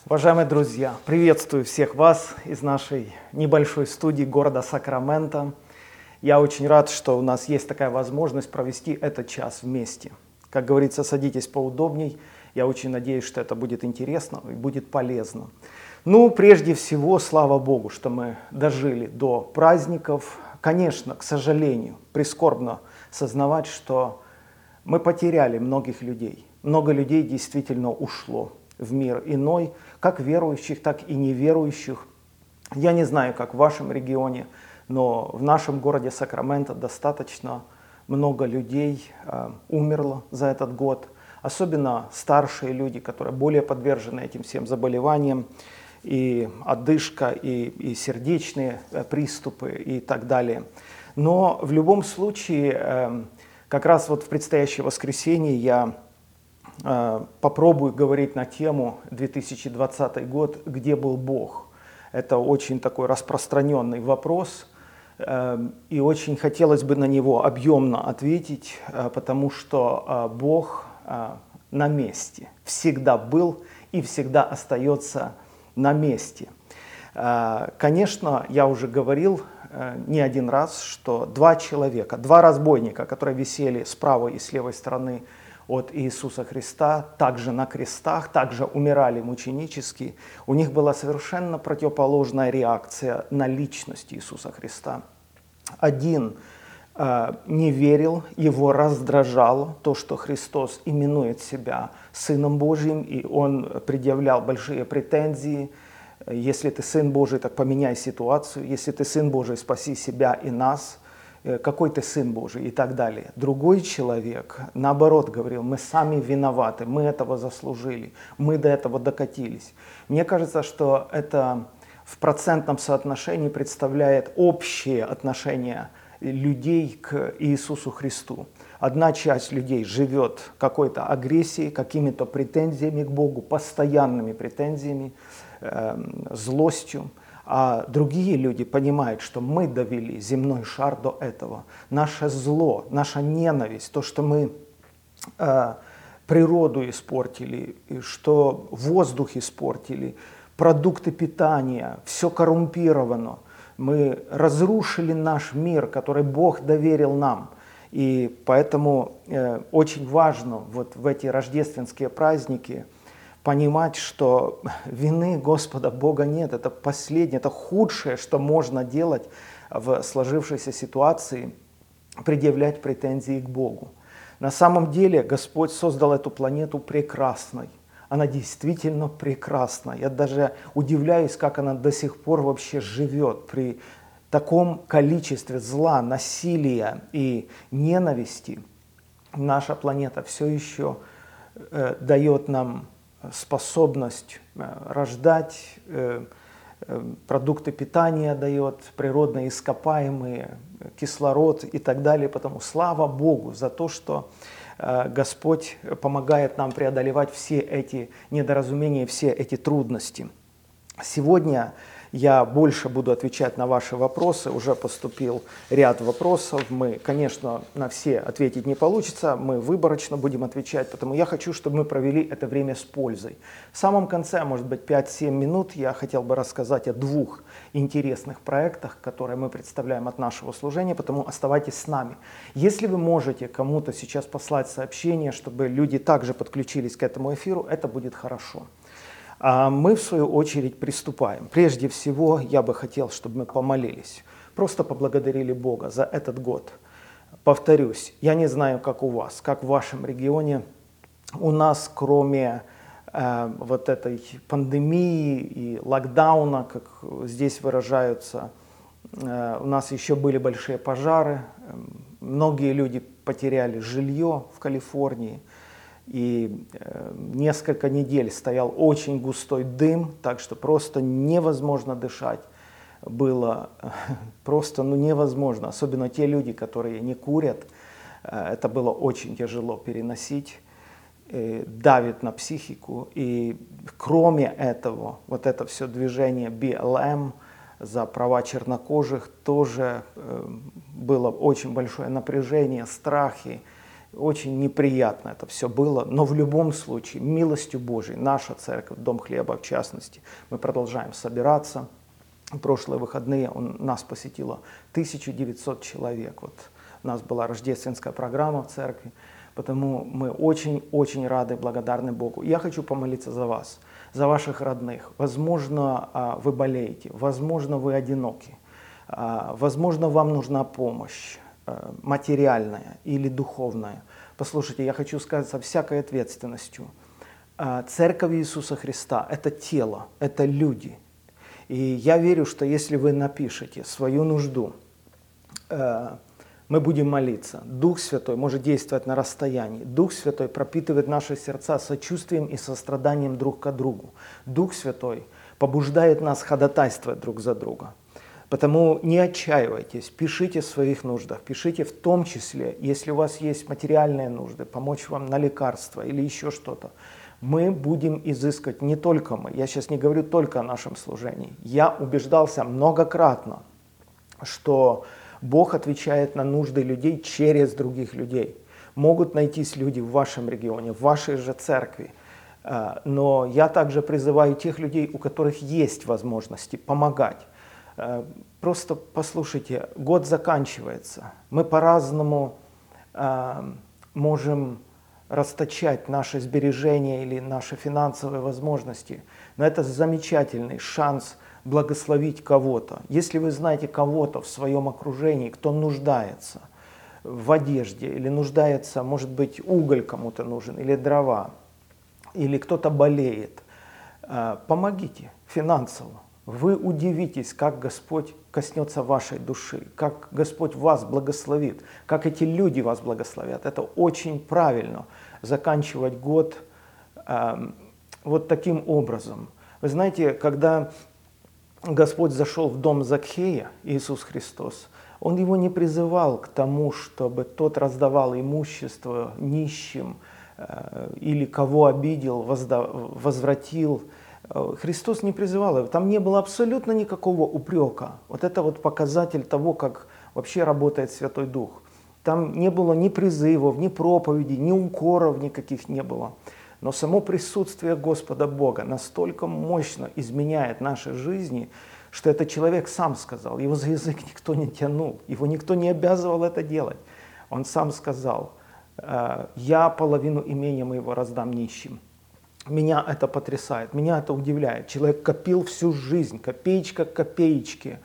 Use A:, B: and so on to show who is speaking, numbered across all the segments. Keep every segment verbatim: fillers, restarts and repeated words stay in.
A: Уважаемые друзья, приветствую всех вас из нашей небольшой студии города Сакраменто. Я очень рад, что у нас есть такая возможность провести этот час вместе. Как говорится, садитесь поудобней. Я очень надеюсь, что это будет интересно и будет полезно. Ну, прежде всего, слава Богу, что мы дожили до праздников. Конечно, к сожалению, прискорбно сознавать, что мы потеряли многих людей. Много людей действительно ушло в мир иной, как верующих, так и неверующих. Я не знаю, как в вашем регионе, но в нашем городе Сакраменто достаточно много людей э, умерло за этот год. Особенно старшие люди, которые более подвержены этим всем заболеваниям. И одышка, и, и сердечные э, приступы и так далее. Но в любом случае, э, как раз вот в предстоящее воскресенье я попробую говорить на тему две тысячи двадцатый год, где был Бог. Это очень такой распространенный вопрос, и очень хотелось бы на него объемно ответить, потому что Бог на месте, всегда был и всегда остается на месте. Конечно, я уже говорил не один раз, что два человека, два разбойника, которые висели с правой и с левой стороны от Иисуса Христа, также на крестах, также умирали мученически. У них была совершенно противоположная реакция на личность Иисуса Христа. Один э, не верил, его раздражало то, что Христос именует себя Сыном Божьим, и он предъявлял большие претензии. Если ты Сын Божий, так поменяй ситуацию. Если ты Сын Божий, спаси себя и нас. Какой ты Сын Божий и так далее. Другой человек, наоборот, говорил, мы сами виноваты, мы этого заслужили, мы до этого докатились. Мне кажется, что это в процентном соотношении представляет общее отношение людей к Иисусу Христу. Одна часть людей живет какой-то агрессией, какими-то претензиями к Богу, постоянными претензиями, э, злостью. А другие люди понимают, что мы довели земной шар до этого. Наше зло, наша ненависть, то, что мы э, природу испортили, что воздух испортили, продукты питания, все коррумпировано. Мы разрушили наш мир, который Бог доверил нам. И поэтому э, очень важно вот в эти рождественские праздники понимать, что вины Господа Бога нет. Это последнее, это худшее, что можно делать в сложившейся ситуации, предъявлять претензии к Богу. На самом деле Господь создал эту планету прекрасной. Она действительно прекрасна. Я даже удивляюсь, как она до сих пор вообще живет при таком количестве зла, насилия и ненависти. Наша планета все еще э, дает нам способность рождать, продукты питания дает, природные ископаемые, кислород и так далее. Потому слава Богу за то, что Господь помогает нам преодолевать все эти недоразумения, все эти трудности. Сегодня я больше буду отвечать на ваши вопросы. Уже поступил ряд вопросов. Мы, конечно, на все ответить не получится. Мы выборочно будем отвечать. Поэтому я хочу, чтобы мы провели это время с пользой. В самом конце, может быть, пять-семь минут, я хотел бы рассказать о двух интересных проектах, которые мы представляем от нашего служения. Поэтому оставайтесь с нами. Если вы можете кому-то сейчас послать сообщение, чтобы люди также подключились к этому эфиру, это будет хорошо. А мы, в свою очередь, приступаем. Прежде всего, я бы хотел, чтобы мы помолились, просто поблагодарили Бога за этот год. Повторюсь, я не знаю, как у вас, как в вашем регионе. У нас, кроме э, вот этой пандемии и локдауна, как здесь выражаются, э, у нас еще были большие пожары. Многие люди потеряли жилье в Калифорнии. И э, несколько недель стоял очень густой дым, так что просто невозможно дышать. Было э, просто ну, невозможно, особенно те люди, которые не курят. Э, это было очень тяжело переносить, э, давит на психику. И кроме этого, вот это все движение би эл эм за права чернокожих тоже э, было очень большое напряжение, страхи. очень неприятно это все было, но в любом случае, милостью Божией, наша церковь, Дом хлеба в частности, мы продолжаем собираться. В прошлые выходные он, нас посетило тысяча девятьсот человек. Вот у нас была рождественская программа в церкви, потому мы очень-очень рады, благодарны Богу. Я хочу помолиться за вас, за ваших родных. Возможно, вы болеете, возможно, вы одиноки, возможно, вам нужна помощь материальная или духовная. Послушайте, я хочу сказать со всякой ответственностью. Церковь Иисуса Христа – это тело, это люди. И я верю, что если вы напишете свою нужду, мы будем молиться. Дух Святой может действовать на расстоянии. Дух Святой пропитывает наши сердца сочувствием и состраданием друг к другу. Дух Святой побуждает нас ходатайствовать друг за друга. Потому не отчаивайтесь, пишите в своих нуждах, пишите в том числе, если у вас есть материальные нужды, помочь вам на лекарства или еще что-то. Мы будем изыскивать, не только мы, я сейчас не говорю только о нашем служении. Я убеждался многократно, что Бог отвечает на нужды людей через других людей. Могут найтись люди в вашем регионе, в вашей же церкви. Но я также призываю тех людей, у которых есть возможности помогать. Просто послушайте, год заканчивается. Мы по-разному можем расточать наши сбережения или наши финансовые возможности. Но это замечательный шанс благословить кого-то. Если вы знаете кого-то в своем окружении, кто нуждается в одежде, или нуждается, может быть, уголь кому-то нужен, или дрова, или кто-то болеет, помогите финансово. Вы удивитесь, как Господь коснется вашей души, как Господь вас благословит, как эти люди вас благословят. Это очень правильно, заканчивать год э, вот таким образом. Вы знаете, когда Господь зашел в дом Закхея, Иисус Христос, Он его не призывал к тому, чтобы тот раздавал имущество нищим э, или кого обидел, возвратил. Христос не призывал его, там не было абсолютно никакого упрека. Вот это вот показатель того, как вообще работает Святой Дух. Там не было ни призывов, ни проповедей, ни укоров никаких не было. Но само присутствие Господа Бога настолько мощно изменяет наши жизни, что этот человек сам сказал, его за язык никто не тянул, его никто не обязывал это делать. Он сам сказал, я половину имения моего раздам нищим. Меня это потрясает, меня это удивляет. Человек копил всю жизнь, копеечка к копеечке.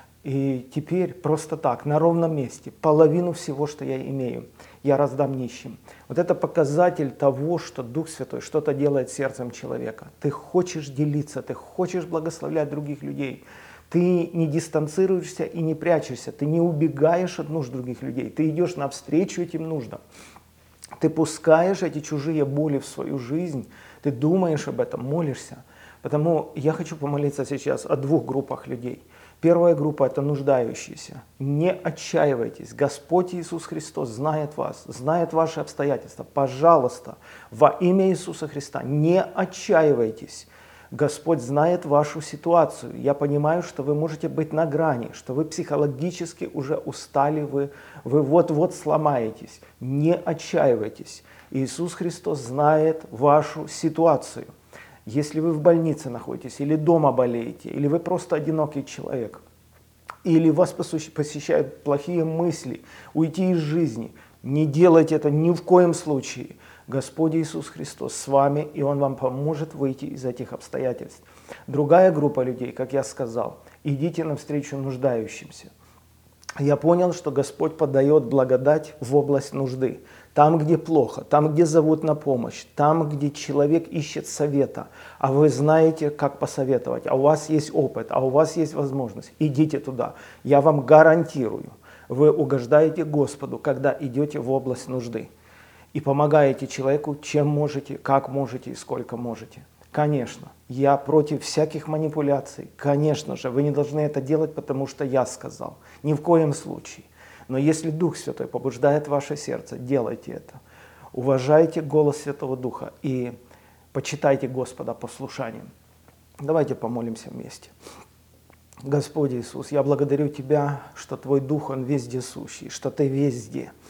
A: И теперь просто так, на ровном месте, половину всего, что я имею, я раздам нищим. Вот это показатель того, что Дух Святой что-то делает сердцем человека. Ты хочешь делиться, ты хочешь благословлять других людей. Ты не дистанцируешься и не прячешься, ты не убегаешь от нужд других людей. Ты идешь навстречу этим нуждам. Ты пускаешь эти чужие боли в свою жизнь, ты думаешь об этом, молишься. Потому я хочу помолиться сейчас о двух группах людей. Первая группа – это нуждающиеся. Не отчаивайтесь. Господь Иисус Христос знает вас, знает ваши обстоятельства. Пожалуйста, во имя Иисуса Христа не отчаивайтесь. Господь знает вашу ситуацию. Я понимаю, что вы можете быть на грани, что вы психологически уже устали, вы, вы вот-вот сломаетесь. Не отчаивайтесь. Иисус Христос знает вашу ситуацию. Если вы в больнице находитесь, или дома болеете, или вы просто одинокий человек, или вас посещают плохие мысли, уйти из жизни, не делайте это ни в коем случае. Господь Иисус Христос с вами, и Он вам поможет выйти из этих обстоятельств. Другая группа людей, как я сказал, идите навстречу нуждающимся. Я понял, что Господь подает благодать в область нужды. Там, где плохо, там, где зовут на помощь, там, где человек ищет совета, а вы знаете, как посоветовать, а у вас есть опыт, а у вас есть возможность, идите туда. Я вам гарантирую, вы угождаете Господу, когда идете в область нужды и помогаете человеку, чем можете, как можете и сколько можете. Конечно, я против всяких манипуляций. Конечно же, вы не должны это делать, потому что я сказал. Ни в коем случае. Но если Дух Святой побуждает ваше сердце, делайте это. Уважайте голос Святого Духа и почитайте Господа послушанием. Давайте помолимся вместе. Господь Иисус, я благодарю Тебя, что Твой Дух, Он вездесущий, что Ты везде.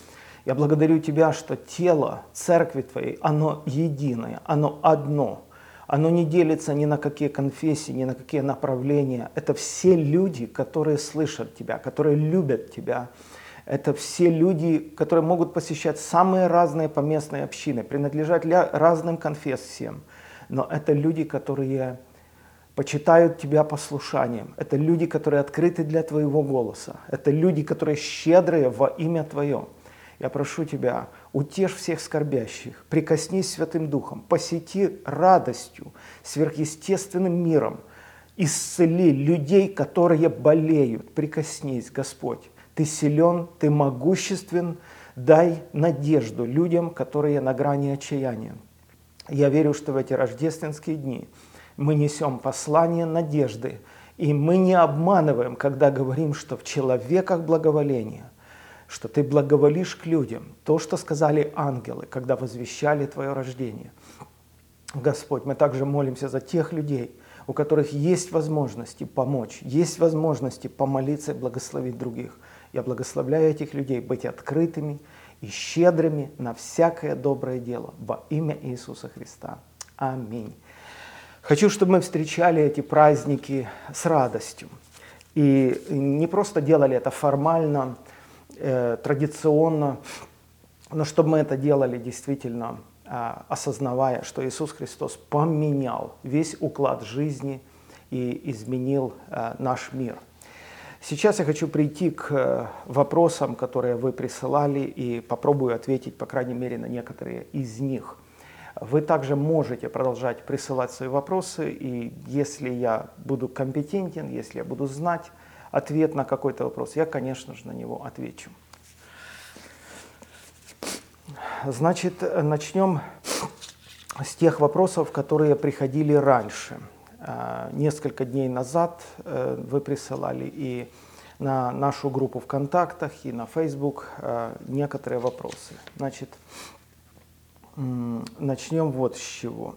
A: Я благодарю Тебя, что тело Церкви Твоей, оно единое, оно одно. Оно не делится ни на какие конфессии, ни на какие направления. Это все люди, которые слышат Тебя, которые любят Тебя. Это все люди, которые могут посещать самые разные поместные общины, принадлежать разным конфессиям. Но это люди, которые почитают Тебя послушанием. Это люди, которые открыты для Твоего голоса. Это люди, которые щедрые во имя Твое. Я прошу Тебя, утешь всех скорбящих, прикоснись Святым Духом, посети радостью, сверхъестественным миром, исцели людей, которые болеют. Прикоснись, Господь. Ты силен, Ты могуществен, дай надежду людям, которые на грани отчаяния. Я верю, что в эти рождественские дни мы несем послание надежды, и мы не обманываем, когда говорим, что в человеках благоволение, что Ты благоволишь к людям, то, что сказали ангелы, когда возвещали Твое рождение. Господь, мы также молимся за тех людей, у которых есть возможности помочь, есть возможности помолиться и благословить других. Я благословляю этих людей быть открытыми и щедрыми на всякое доброе дело во имя Иисуса Христа. Аминь. Хочу, чтобы мы встречали эти праздники с радостью. И не просто делали это формально, э, традиционно, но чтобы мы это делали действительно, э, осознавая, что Иисус Христос поменял весь уклад жизни и изменил э, наш мир. Сейчас я хочу прийти к вопросам, которые вы присылали, и попробую ответить, по крайней мере, на некоторые из них. Вы также можете продолжать присылать свои вопросы, и если я буду компетентен, если я буду знать ответ на какой-то вопрос, я, конечно же, на него отвечу. Значит, начнем с тех вопросов, которые приходили раньше. Несколько дней назад вы присылали и на нашу группу ВКонтактах, и на Facebook некоторые вопросы. Значит, начнем вот с чего.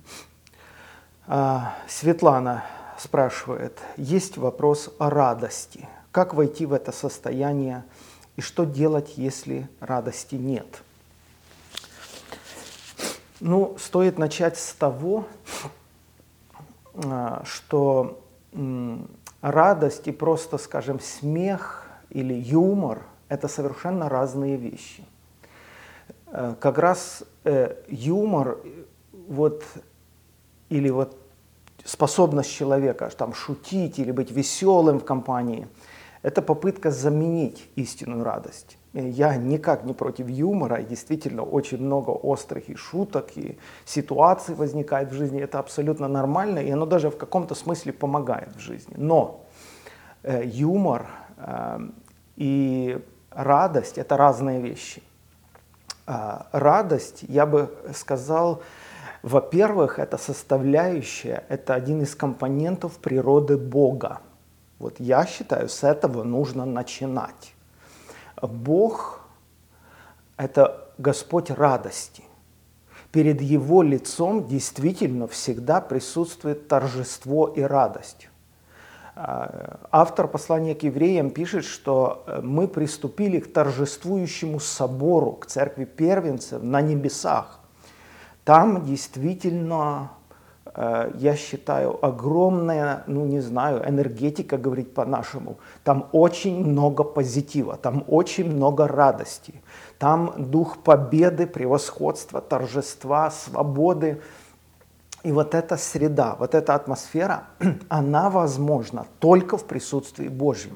A: Светлана спрашивает, есть вопрос о радости. Как войти в это состояние и что делать, если радости нет? Ну, стоит начать с того, что радость и просто, скажем, смех или юмор – это совершенно разные вещи. Как раз юмор вот, или вот способность человека там, шутить или быть веселым в компании – это попытка заменить истинную радость. Я никак не против юмора, и действительно очень много острых и шуток, и ситуаций возникает в жизни. Это абсолютно нормально, и оно даже в каком-то смысле помогает в жизни. Но э, юмор э, и радость – это разные вещи. Э, радость, я бы сказал, во-первых, это составляющая, это один из компонентов природы Бога. Вот я считаю, с этого нужно начинать. Бог – это Господь радости. Перед Его лицом действительно всегда присутствует торжество и радость. Автор послания к евреям пишет, что мы приступили к торжествующему собору, к церкви первенцев на небесах. Там действительно, я считаю, огромная, ну не знаю, энергетика, говорить по-нашему. Там очень много позитива, там очень много радости. Там дух победы, превосходства, торжества, свободы. И вот эта среда, вот эта атмосфера, она возможна только в присутствии Божьем.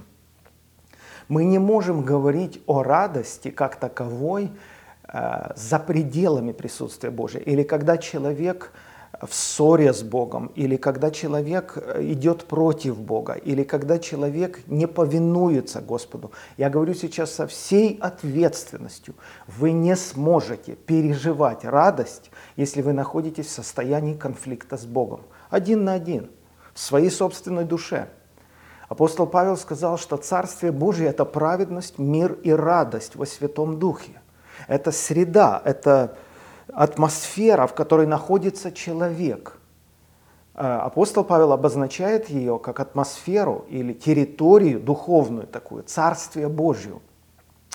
A: Мы не можем говорить о радости как таковой э, за пределами присутствия Божьего. Или когда человек в ссоре с Богом, или когда человек идет против Бога, или когда человек не повинуется Господу. Я говорю сейчас со всей ответственностью. Вы не сможете переживать радость, если вы находитесь в состоянии конфликта с Богом. Один на один, в своей собственной душе. Апостол Павел сказал, что Царствие Божие – это праведность, мир и радость во Святом Духе. Это среда, это атмосфера, в которой находится человек. Апостол Павел обозначает ее как атмосферу или территорию духовную такую, Царствие Божие.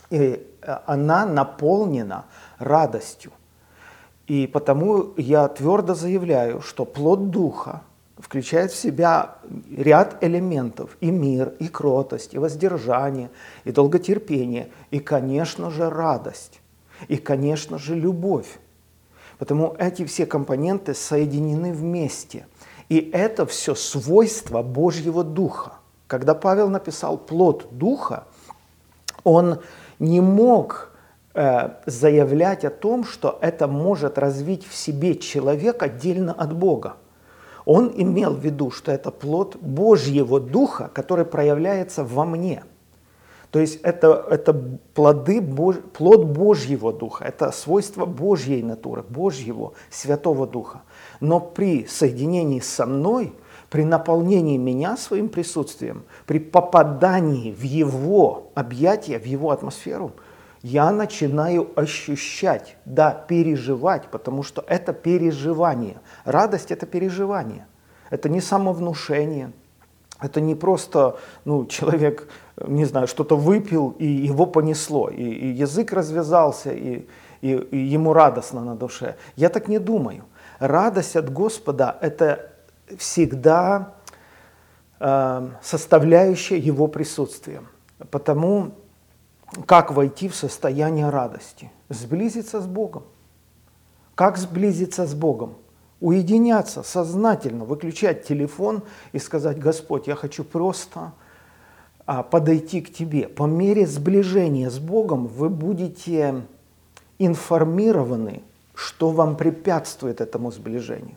A: и она наполнена радостью. И потому я твердо заявляю, что плод Духа включает в себя ряд элементов: и мир, и кротость, и воздержание, и долготерпение, и, конечно же, радость, и, конечно же, любовь. Потому эти все компоненты соединены вместе. И это все свойства Божьего Духа. Когда Павел написал «плод Духа», он не мог э, заявлять о том, что это может развить в себе человек отдельно от Бога. Он имел в виду, что это плод Божьего Духа, который проявляется во мне. То есть это, это плоды, плод Божьего Духа, это свойство Божьей натуры, Божьего Святого Духа. Но при соединении со мной, при наполнении меня своим присутствием, при попадании в Его объятия, в Его атмосферу, я начинаю ощущать, да, переживать, потому что это переживание. Радость – это переживание, это не самовнушение. Это не просто, ну, человек, не знаю, что-то выпил, и его понесло, и, и язык развязался, и, и, и ему радостно на душе. Я так не думаю. Радость от Господа – это всегда э, составляющая Его присутствия. Потому как войти в состояние радости? Сблизиться с Богом. Как сблизиться с Богом? Уединяться сознательно, выключать телефон и сказать: Господь, я хочу просто а, подойти к Тебе. По мере сближения с Богом вы будете информированы, что вам препятствует этому сближению.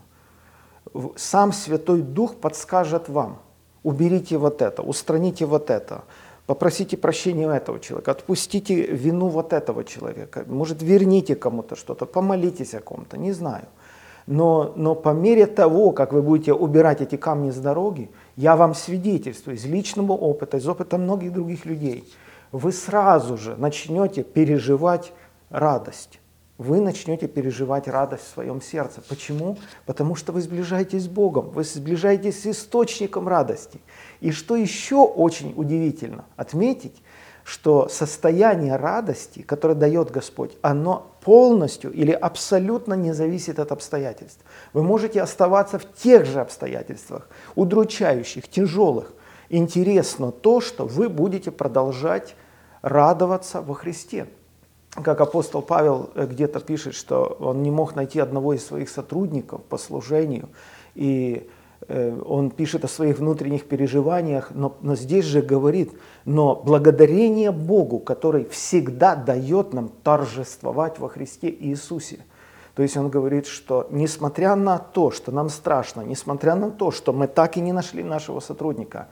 A: Сам Святой Дух подскажет вам: уберите вот это, устраните вот это, попросите прощения у этого человека, отпустите вину вот этого человека, может, верните кому-то что-то, помолитесь о ком-то, не знаю. Но, но по мере того, как вы будете убирать эти камни с дороги, я вам свидетельствую из личного опыта, из опыта многих других людей, вы сразу же начнете переживать радость. Вы начнете переживать радость в своем сердце. Почему? Потому что вы сближаетесь с Богом, вы сближаетесь с источником радости. И что еще очень удивительно отметить, что состояние радости, которое дает Господь, оно полностью или абсолютно не зависит от обстоятельств. Вы можете оставаться в тех же обстоятельствах, удручающих, тяжелых. Интересно то, что вы будете продолжать радоваться во Христе. Как апостол Павел где-то пишет, что он не мог найти одного из своих сотрудников по служению, и он пишет о своих внутренних переживаниях, но, но здесь же говорит: но благодарение Богу, который всегда дает нам торжествовать во Христе Иисусе. То есть он говорит, что несмотря на то, что нам страшно, несмотря на то, что мы так и не нашли нашего сотрудника,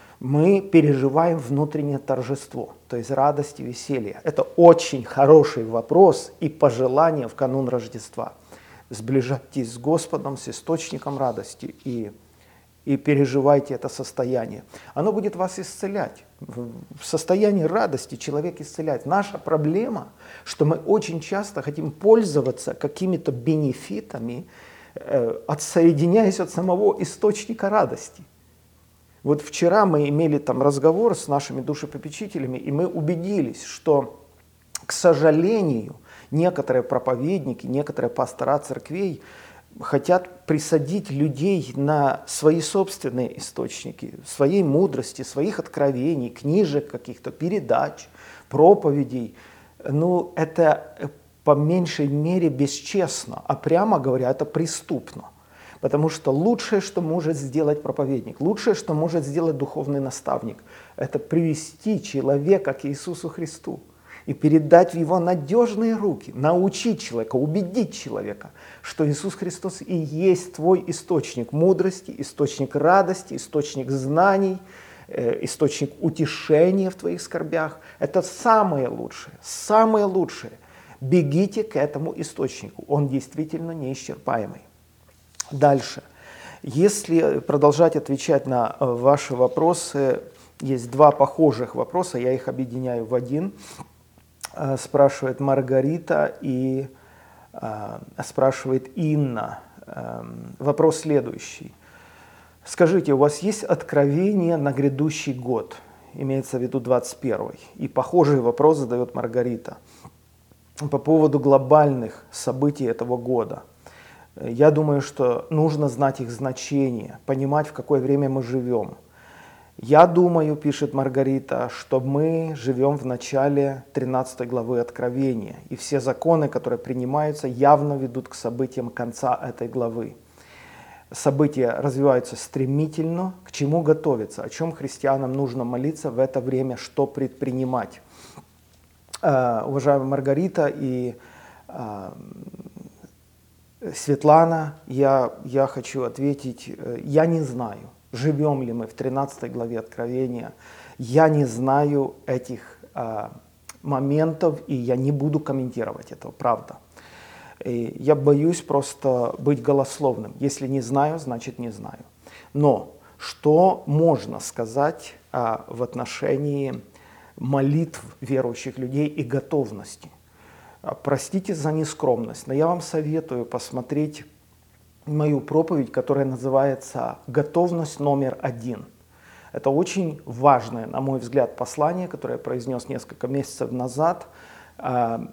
A: мы переживаем внутреннее торжество, то есть радость и веселье. Это очень хороший вопрос и пожелание в канун Рождества. Сближайтесь с Господом, с источником радости и, и переживайте это состояние. Оно будет вас исцелять. В состоянии радости человек исцеляет. Наша проблема, что мы очень часто хотим пользоваться какими-то бенефитами, э, отсоединяясь от самого источника радости. Вот вчера мы имели там разговор с нашими душепопечителями, и мы убедились, что, к сожалению, некоторые проповедники, некоторые пастора церквей хотят присадить людей на свои собственные источники, своей мудрости, своих откровений, книжек каких-то, передач, проповедей. Ну, это по меньшей мере бесчестно, а прямо говоря, это преступно. Потому что лучшее, что может сделать проповедник, лучшее, что может сделать духовный наставник, это привести человека к Иисусу Христу и передать в его надежные руки, научить человека, убедить человека, что Иисус Христос и есть твой источник мудрости, источник радости, источник знаний, э, источник утешения в твоих скорбях. Это самое лучшее, самое лучшее. Бегите к этому источнику, он действительно неисчерпаемый. Дальше. Если продолжать отвечать на ваши вопросы, есть два похожих вопроса, я их объединяю в один. Спрашивает Маргарита и э, спрашивает Инна. Э, вопрос следующий. Скажите, у вас есть откровение на грядущий год? имеется в виду двадцать первый. И похожий вопрос задает Маргарита по поводу глобальных событий этого года. Я думаю, что нужно знать их значение, понимать, в какое время мы живем. Я думаю, пишет Маргарита, что мы живем в начале тринадцатой главы Откровения, и все законы, которые принимаются, явно ведут к событиям конца этой главы. События развиваются стремительно, к чему готовиться, о чем христианам нужно молиться в это время, что предпринимать. Uh, уважаемая Маргарита и uh, Светлана, я, я хочу ответить, я не знаю, живем ли мы в тринадцатой главе Откровения, я не знаю этих uh, моментов, и я не буду комментировать этого, правда. И я боюсь просто быть голословным. Если не знаю, значит не знаю. Но что можно сказать uh, в отношении молитв верующих людей и готовности? Простите за нескромность, но я вам советую посмотреть мою проповедь, которая называется «Готовность номер один». Это очень важное, на мой взгляд, послание, которое я произнес несколько месяцев назад, о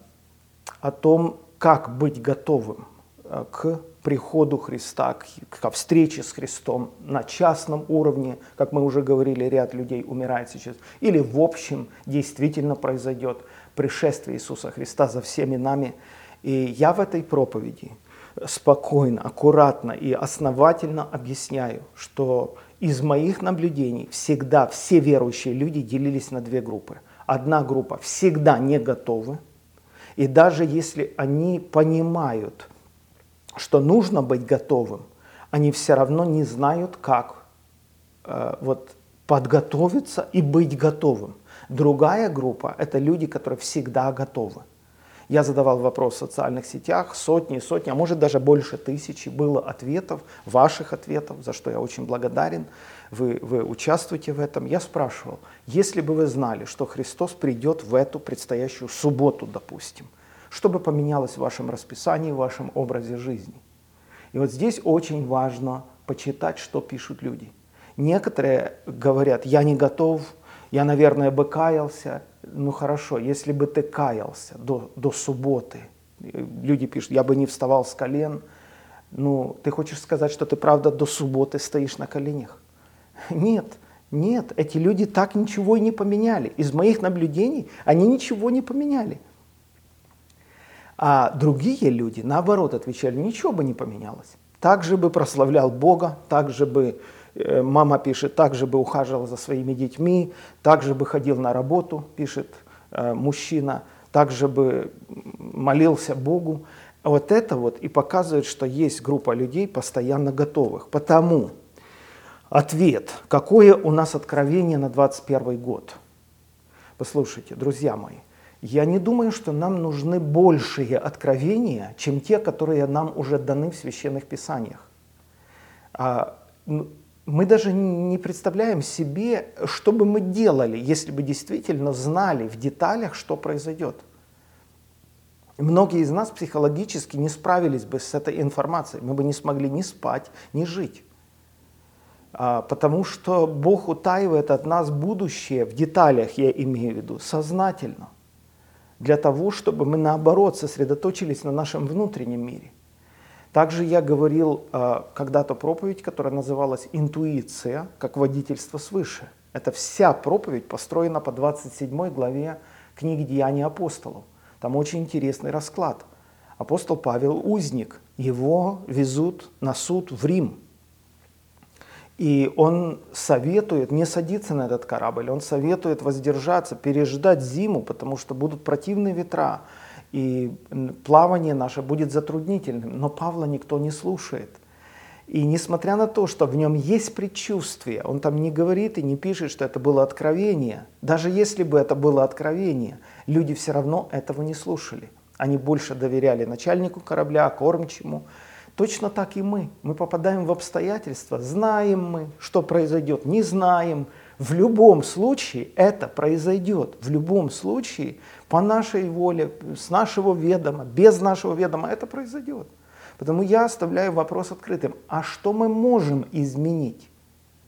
A: том, как быть готовым к приходу Христа, ко встрече с Христом на частном уровне, как мы уже говорили, ряд людей умирает сейчас, или в общем действительно произойдет пришествие Иисуса Христа за всеми нами. И я в этой проповеди спокойно, аккуратно и основательно объясняю, что из моих наблюдений всегда все верующие люди делились на две группы. Одна группа всегда не готовы, и даже если они понимают, что нужно быть готовым, они все равно не знают, как э, вот, подготовиться и быть готовым. Другая группа – это люди, которые всегда готовы. Я задавал вопрос в социальных сетях, сотни, сотни, а может даже больше тысячи было ответов, ваших ответов, за что я очень благодарен. Вы, вы участвуете в этом. Я спрашивал, если бы вы знали, что Христос придет в эту предстоящую субботу, допустим, что бы поменялось в вашем расписании, в вашем образе жизни? И вот здесь очень важно почитать, что пишут люди. Некоторые говорят, я не готов, я, наверное, бы каялся. Ну хорошо, если бы ты каялся до, до субботы, люди пишут, я бы не вставал с колен. Ну, ты хочешь сказать, что ты правда до субботы стоишь на коленях? Нет, нет, эти люди так ничего и не поменяли. Из моих наблюдений они ничего не поменяли. А другие люди, наоборот, отвечали, ничего бы не поменялось. Так же бы прославлял Бога, так же бы, э, мама пишет, так же бы ухаживал за своими детьми, так же бы ходил на работу, пишет э, мужчина, так же бы молился Богу. Вот это вот и показывает, что есть группа людей постоянно готовых. Потому ответ, какое у нас откровение на двадцать первый год? Послушайте, друзья мои, я не думаю, что нам нужны большие откровения, чем те, которые нам уже даны в священных писаниях. Мы даже не представляем себе, что бы мы делали, если бы действительно знали в деталях, что произойдет. Многие из нас психологически не справились бы с этой информацией, мы бы не смогли ни спать, ни жить. Потому что Бог утаивает от нас будущее, в деталях я имею в виду, сознательно. Для того, чтобы мы, наоборот, сосредоточились на нашем внутреннем мире. Также я говорил э, когда-то проповедь, которая называлась «Интуиция, как водительство свыше». Это вся проповедь построена по двадцать седьмой главе книги «Деяния апостолов». Там очень интересный расклад. Апостол Павел узник, его везут на суд в Рим. И он советует не садиться на этот корабль, он советует воздержаться, переждать зиму, потому что будут противные ветра, и плавание наше будет затруднительным. Но Павла никто не слушает. И несмотря на то, что в нем есть предчувствие, он там не говорит и не пишет, что это было откровение. Даже если бы это было откровение, люди все равно этого не слушали. Они больше доверяли начальнику корабля, кормчему. Точно так и мы. Мы попадаем в обстоятельства, знаем мы, что произойдет, не знаем. В любом случае это произойдет. В любом случае, по нашей воле, с нашего ведома, без нашего ведома это произойдет. Потому я оставляю вопрос открытым. А что мы можем изменить?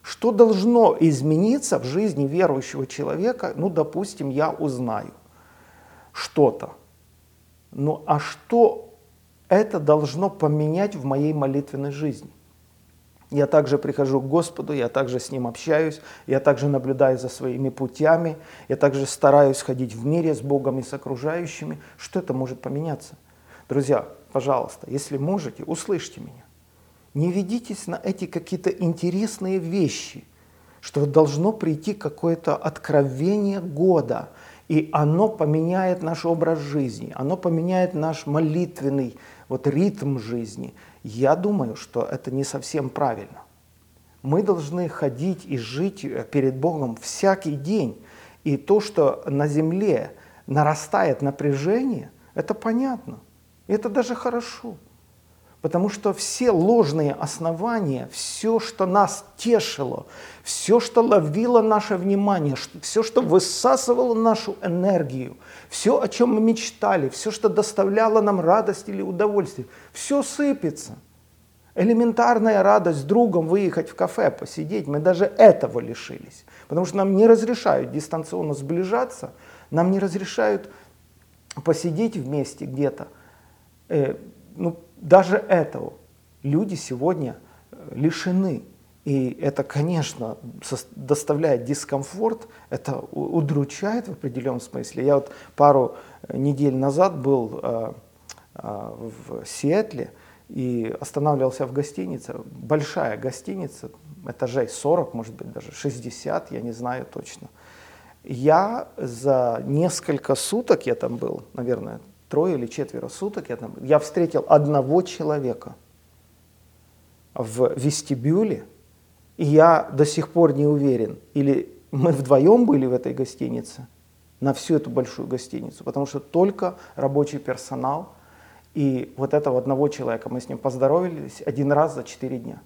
A: Что должно измениться в жизни верующего человека? Ну, допустим, я узнаю что-то. Ну, а что это должно поменять в моей молитвенной жизни? Я также прихожу к Господу, я также с Ним общаюсь, я также наблюдаю за своими путями, я также стараюсь ходить в мире с Богом и с окружающими. Что это может поменяться? Друзья, пожалуйста, если можете, услышьте меня. Не ведитесь на эти какие-то интересные вещи, что должно прийти какое-то откровение года, и оно поменяет наш образ жизни, оно поменяет наш молитвенный вот, ритм жизни. Я думаю, что это не совсем правильно. Мы должны ходить и жить перед Богом всякий день. И то, что на земле нарастает напряжение, это понятно. И это даже хорошо. Потому что все ложные основания, все, что нас тешило, все, что ловило наше внимание, все, что высасывало нашу энергию, все, о чем мы мечтали, все, что доставляло нам радость или удовольствие, все сыпется. Элементарная радость с другом выехать в кафе, посидеть, мы даже этого лишились. Потому что нам не разрешают дистанционно сближаться, нам не разрешают посидеть вместе где-то. Э, ну, даже этого люди сегодня лишены. И это, конечно, доставляет дискомфорт, это удручает в определенном смысле. Я вот пару недель назад был э, э, в Сиэтле и останавливался в гостинице. Большая гостиница, этажей сорок, может быть, даже шестьдесят, я не знаю точно. Я за несколько суток, я там был, наверное, трое или четверо суток, я, там, я встретил одного человека в вестибюле, и я до сих пор не уверен, или мы вдвоем были в этой гостинице, на всю эту большую гостиницу, потому что только рабочий персонал, и вот этого одного человека, мы с ним поздоровались один раз за четыре дня.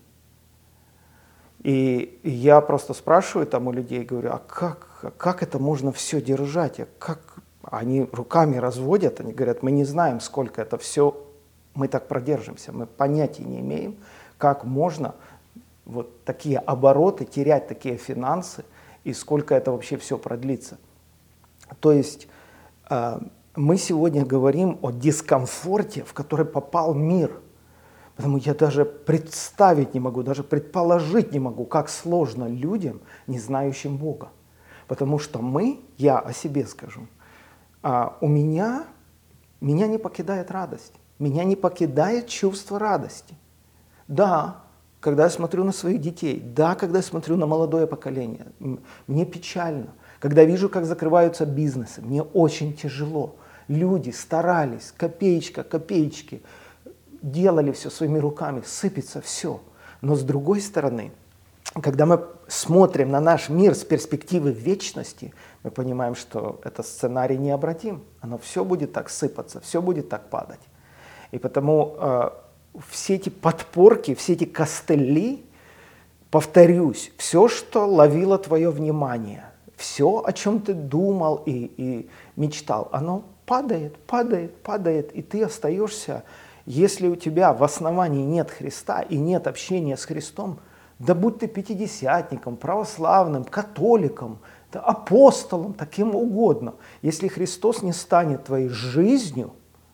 A: И я просто спрашиваю там у людей, говорю, а как, как это можно все держать, а как... Они руками разводят, они говорят, мы не знаем, сколько это все, мы так продержимся, мы понятия не имеем, как можно вот такие обороты, терять такие финансы, и сколько это вообще все продлится. То есть э, мы сегодня говорим о дискомфорте, в который попал мир. Потому я даже представить не могу, даже предположить не могу, как сложно людям, не знающим Бога. Потому что мы, я о себе скажу, а у меня, меня не покидает радость, меня не покидает чувство радости. Да, когда я смотрю на своих детей, да, когда я смотрю на молодое поколение, мне печально. Когда вижу, как закрываются бизнесы, мне очень тяжело. Люди старались, копеечка, копеечки, делали все своими руками, сыпется все. Но с другой стороны, когда мы смотрим на наш мир с перспективы вечности, мы понимаем, что этот сценарий необратим. Оно все будет так сыпаться, все будет так падать. И потому э, все эти подпорки, все эти костыли, повторюсь, все, что ловило твое внимание, все, о чем ты думал и, и мечтал, оно падает, падает, падает, и ты остаешься, если у тебя в основании нет Христа и нет общения с Христом, да будь ты пятидесятником, православным, католиком, да апостолом, таким угодно. Если Христос не станет твоей жизнью,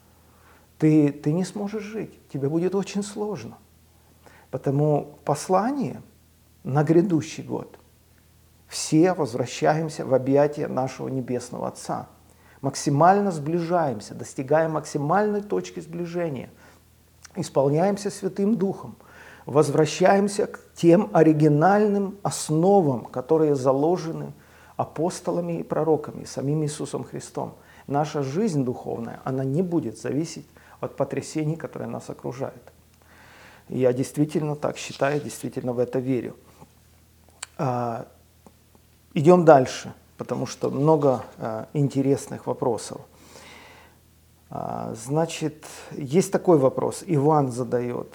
A: ты, ты не сможешь жить. Тебе будет очень сложно. Потому послание на грядущий год. Все возвращаемся в объятия нашего Небесного Отца. Максимально сближаемся, достигаем максимальной точки сближения. Исполняемся Святым Духом. Возвращаемся к тем оригинальным основам, которые заложены апостолами и пророками, самим Иисусом Христом. Наша жизнь духовная, она не будет зависеть от потрясений, которые нас окружают. И я действительно так считаю, действительно в это верю. А, идем дальше, потому что много а, интересных вопросов. А, значит, есть такой вопрос, Иван задает.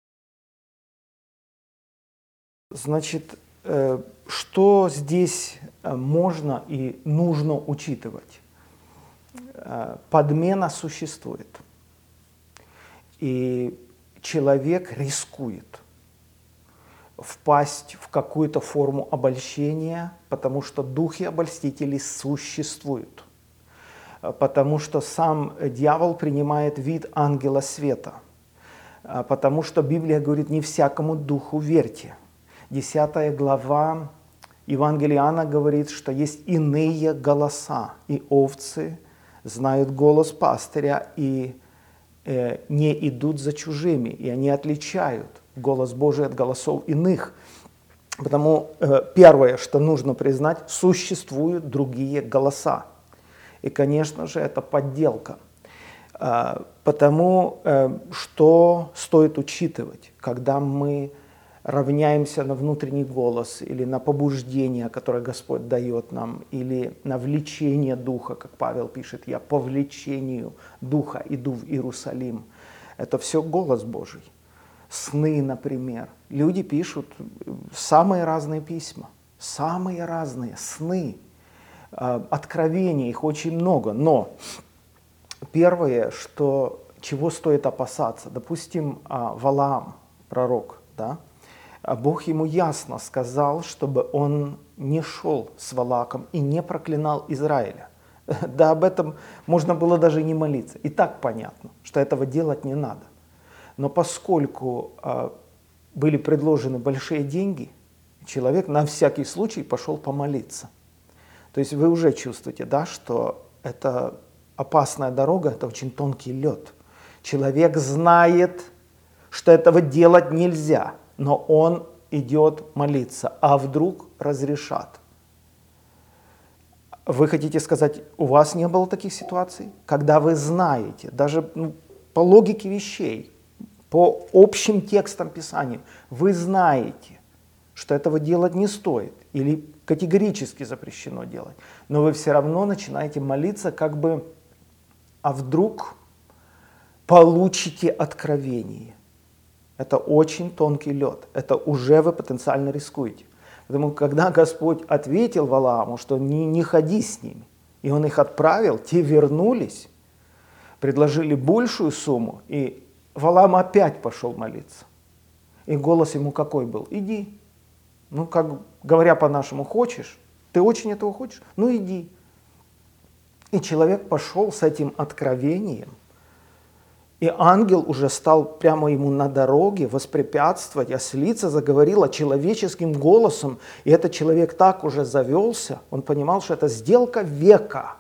A: Значит, что здесь можно и нужно учитывать. Подмена существует. И человек рискует впасть в какую-то форму обольщения, потому что духи обольстителей существуют. Потому что сам дьявол принимает вид ангела света. Потому что Библия говорит: не всякому духу верьте. Десятая глава Евангелия Иоанна говорит, что есть иные голоса, и овцы знают голос пастыря и э, не идут за чужими, и они отличают голос Божий от голосов иных. Потому э, первое, что нужно признать, существуют другие голоса. И, конечно же, это подделка. Э, потому э, что стоит учитывать, когда мы равняемся на внутренний голос или на побуждение, которое Господь дает нам, или на влечение Духа, как Павел пишет: «Я по влечению Духа иду в Иерусалим». Это все голос Божий. Сны, например. Люди пишут самые разные письма, самые разные сны, откровения, их очень много. Но первое, что, чего стоит опасаться, допустим, Валаам, пророк, да, Бог ему ясно сказал, чтобы он не шел с Валааком и не проклинал Израиля. Да об этом можно было даже не молиться. И так понятно, что этого делать не надо. Но поскольку э, были предложены большие деньги, человек на всякий случай пошел помолиться. То есть вы уже чувствуете, да, что это опасная дорога, это очень тонкий лед. Человек знает, что этого делать нельзя, но он идет молиться, а вдруг разрешат. Вы хотите сказать, у вас не было таких ситуаций? Когда вы знаете, даже ну, по логике вещей, по общим текстам Писания, вы знаете, что этого делать не стоит или категорически запрещено делать, но вы все равно начинаете молиться, как бы, а вдруг получите откровение. Это очень тонкий лед, это уже вы потенциально рискуете. Потому что когда Господь ответил Валааму, что не, не ходи с ними, и он их отправил, те вернулись, предложили большую сумму, и Валаам опять пошел молиться. И голос ему какой был? Иди. Ну, как говоря по-нашему, хочешь? Ты очень этого хочешь? Ну, иди. И человек пошел с этим откровением, и ангел уже стал прямо ему на дороге воспрепятствовать, ослица заговорила человеческим голосом, и этот человек так уже завелся, он понимал, что это сделка века,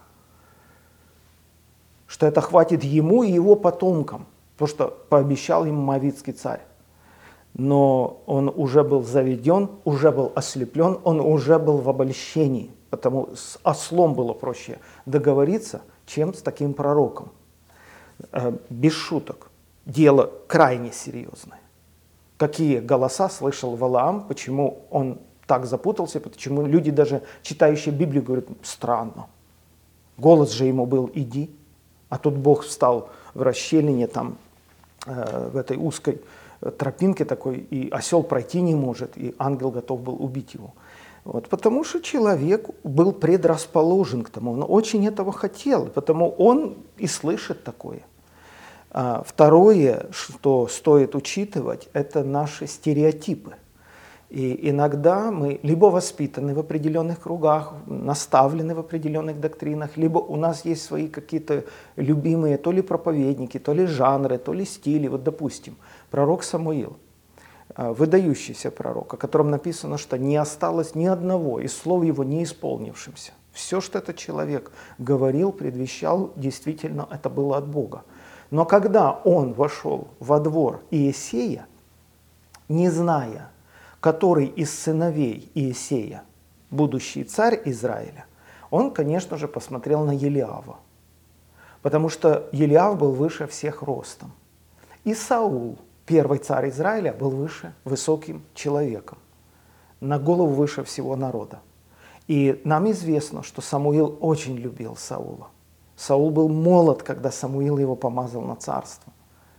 A: что это хватит ему и его потомкам, то, что пообещал ему моавитский царь. Но он уже был заведен, уже был ослеплен, он уже был в обольщении, потому с ослом было проще договориться, чем с таким пророком. Без шуток, дело крайне серьезное. Какие голоса слышал Валаам, почему он так запутался, почему люди, даже читающие Библию, говорят: странно. Голос же ему был: иди. А тут Бог встал в расщелине, там, э, в этой узкой тропинке такой, и осел пройти не может, и ангел готов был убить его. Вот, потому что человек был предрасположен к тому, он очень этого хотел, потому он и слышит такое. А второе, что стоит учитывать, это наши стереотипы. И иногда мы либо воспитаны в определенных кругах, наставлены в определенных доктринах, либо у нас есть свои какие-то любимые то ли проповедники, то ли жанры, то ли стили. Вот, допустим, пророк Самуил, выдающийся пророк, о котором написано, что не осталось ни одного из слов его не исполнившимся. Все, что этот человек говорил, предвещал, действительно это было от Бога. Но когда он вошел во двор Иессея, не зная, который из сыновей Иессея, будущий царь Израиля, он, конечно же, посмотрел на Елиава, потому что Елиав был выше всех ростом. И Саул, первый царь Израиля, был выше, высоким человеком, на голову выше всего народа. И нам известно, что Самуил очень любил Саула. Саул был молод, когда Самуил его помазал на царство.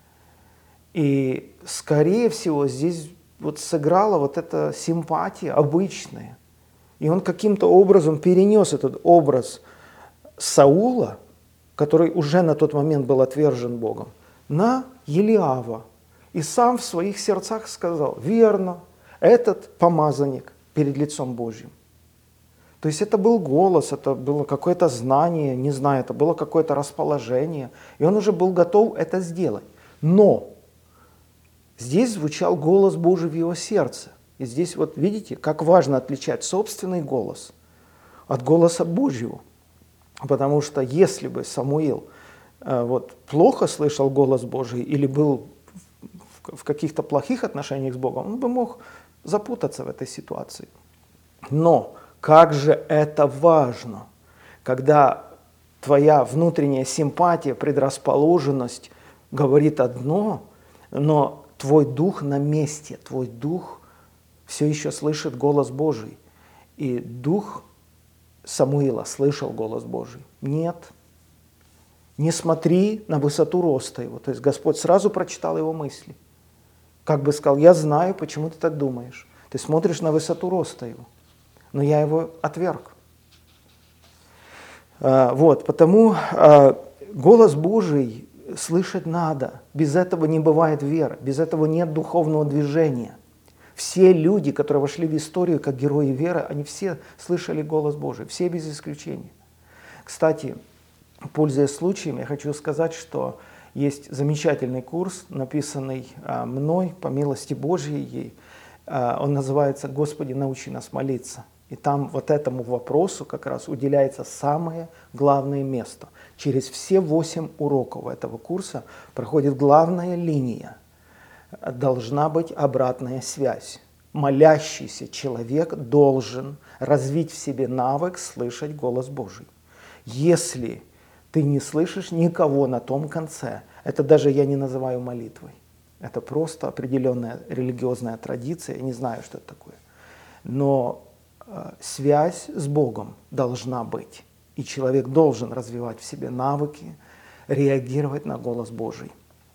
A: И, скорее всего, здесь вот сыграла вот эта симпатия обычная. И он каким-то образом перенес этот образ Саула, который уже на тот момент был отвержен Богом, на Елиава. И сам в своих сердцах сказал: верно, этот помазанник перед лицом Божьим. То есть это был голос, это было какое-то знание, не знаю, это было какое-то расположение. И он уже был готов это сделать. Но здесь звучал голос Божий в его сердце. И здесь вот видите, как важно отличать собственный голос от голоса Божьего. Потому что если бы Самуил э, вот, плохо слышал голос Божий или был в, в каких-то плохих отношениях с Богом, он бы мог запутаться в этой ситуации. Но как же это важно, когда твоя внутренняя симпатия, предрасположенность говорит одно, но твой дух на месте, твой дух все еще слышит голос Божий. И дух Самуила слышал голос Божий. Нет. Не смотри на высоту роста его. То есть Господь сразу прочитал его мысли. Как бы сказал: я знаю, почему ты так думаешь. Ты смотришь на высоту роста его. Но я его отверг. А, вот, потому а, голос Божий слышать надо. Без этого не бывает веры. Без этого нет духовного движения. Все люди, которые вошли в историю как герои веры, они все слышали голос Божий, все без исключения. Кстати, пользуясь случаем, я хочу сказать, что есть замечательный курс, написанный а, мной по милости Божьей. А, он называется «Господи, научи нас молиться». И там вот этому вопросу как раз уделяется самое главное место. Через все восемь уроков этого курса проходит главная линия. Должна быть обратная связь. Молящийся человек должен развить в себе навык слышать голос Божий. Если ты не слышишь никого на том конце, это даже я не называю молитвой. Это просто определенная религиозная традиция, я не знаю, что это такое. Но э, связь с Богом должна быть. И человек должен развивать в себе навыки, реагировать на голос Божий.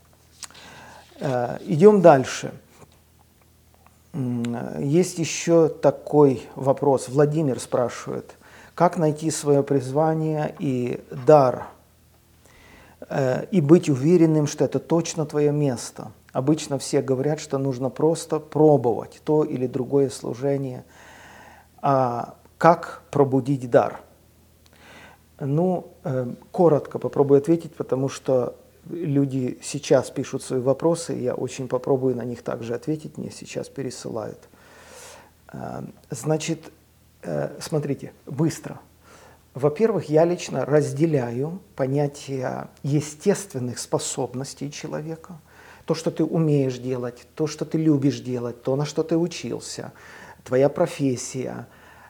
A: Идем дальше. Есть еще такой вопрос. Владимир спрашивает: как найти свое призвание и дар, и быть уверенным, что это точно твое место? Обычно все говорят, что нужно просто пробовать то или другое служение. А как пробудить дар? Ну, коротко попробую ответить, потому что люди сейчас пишут свои вопросы, и я очень попробую на них также ответить, мне сейчас пересылают. Значит, смотрите, быстро. Во-первых, я лично разделяю понятие естественных способностей человека, то, что ты умеешь делать, то, что ты любишь делать, то, на что ты учился, твоя профессия.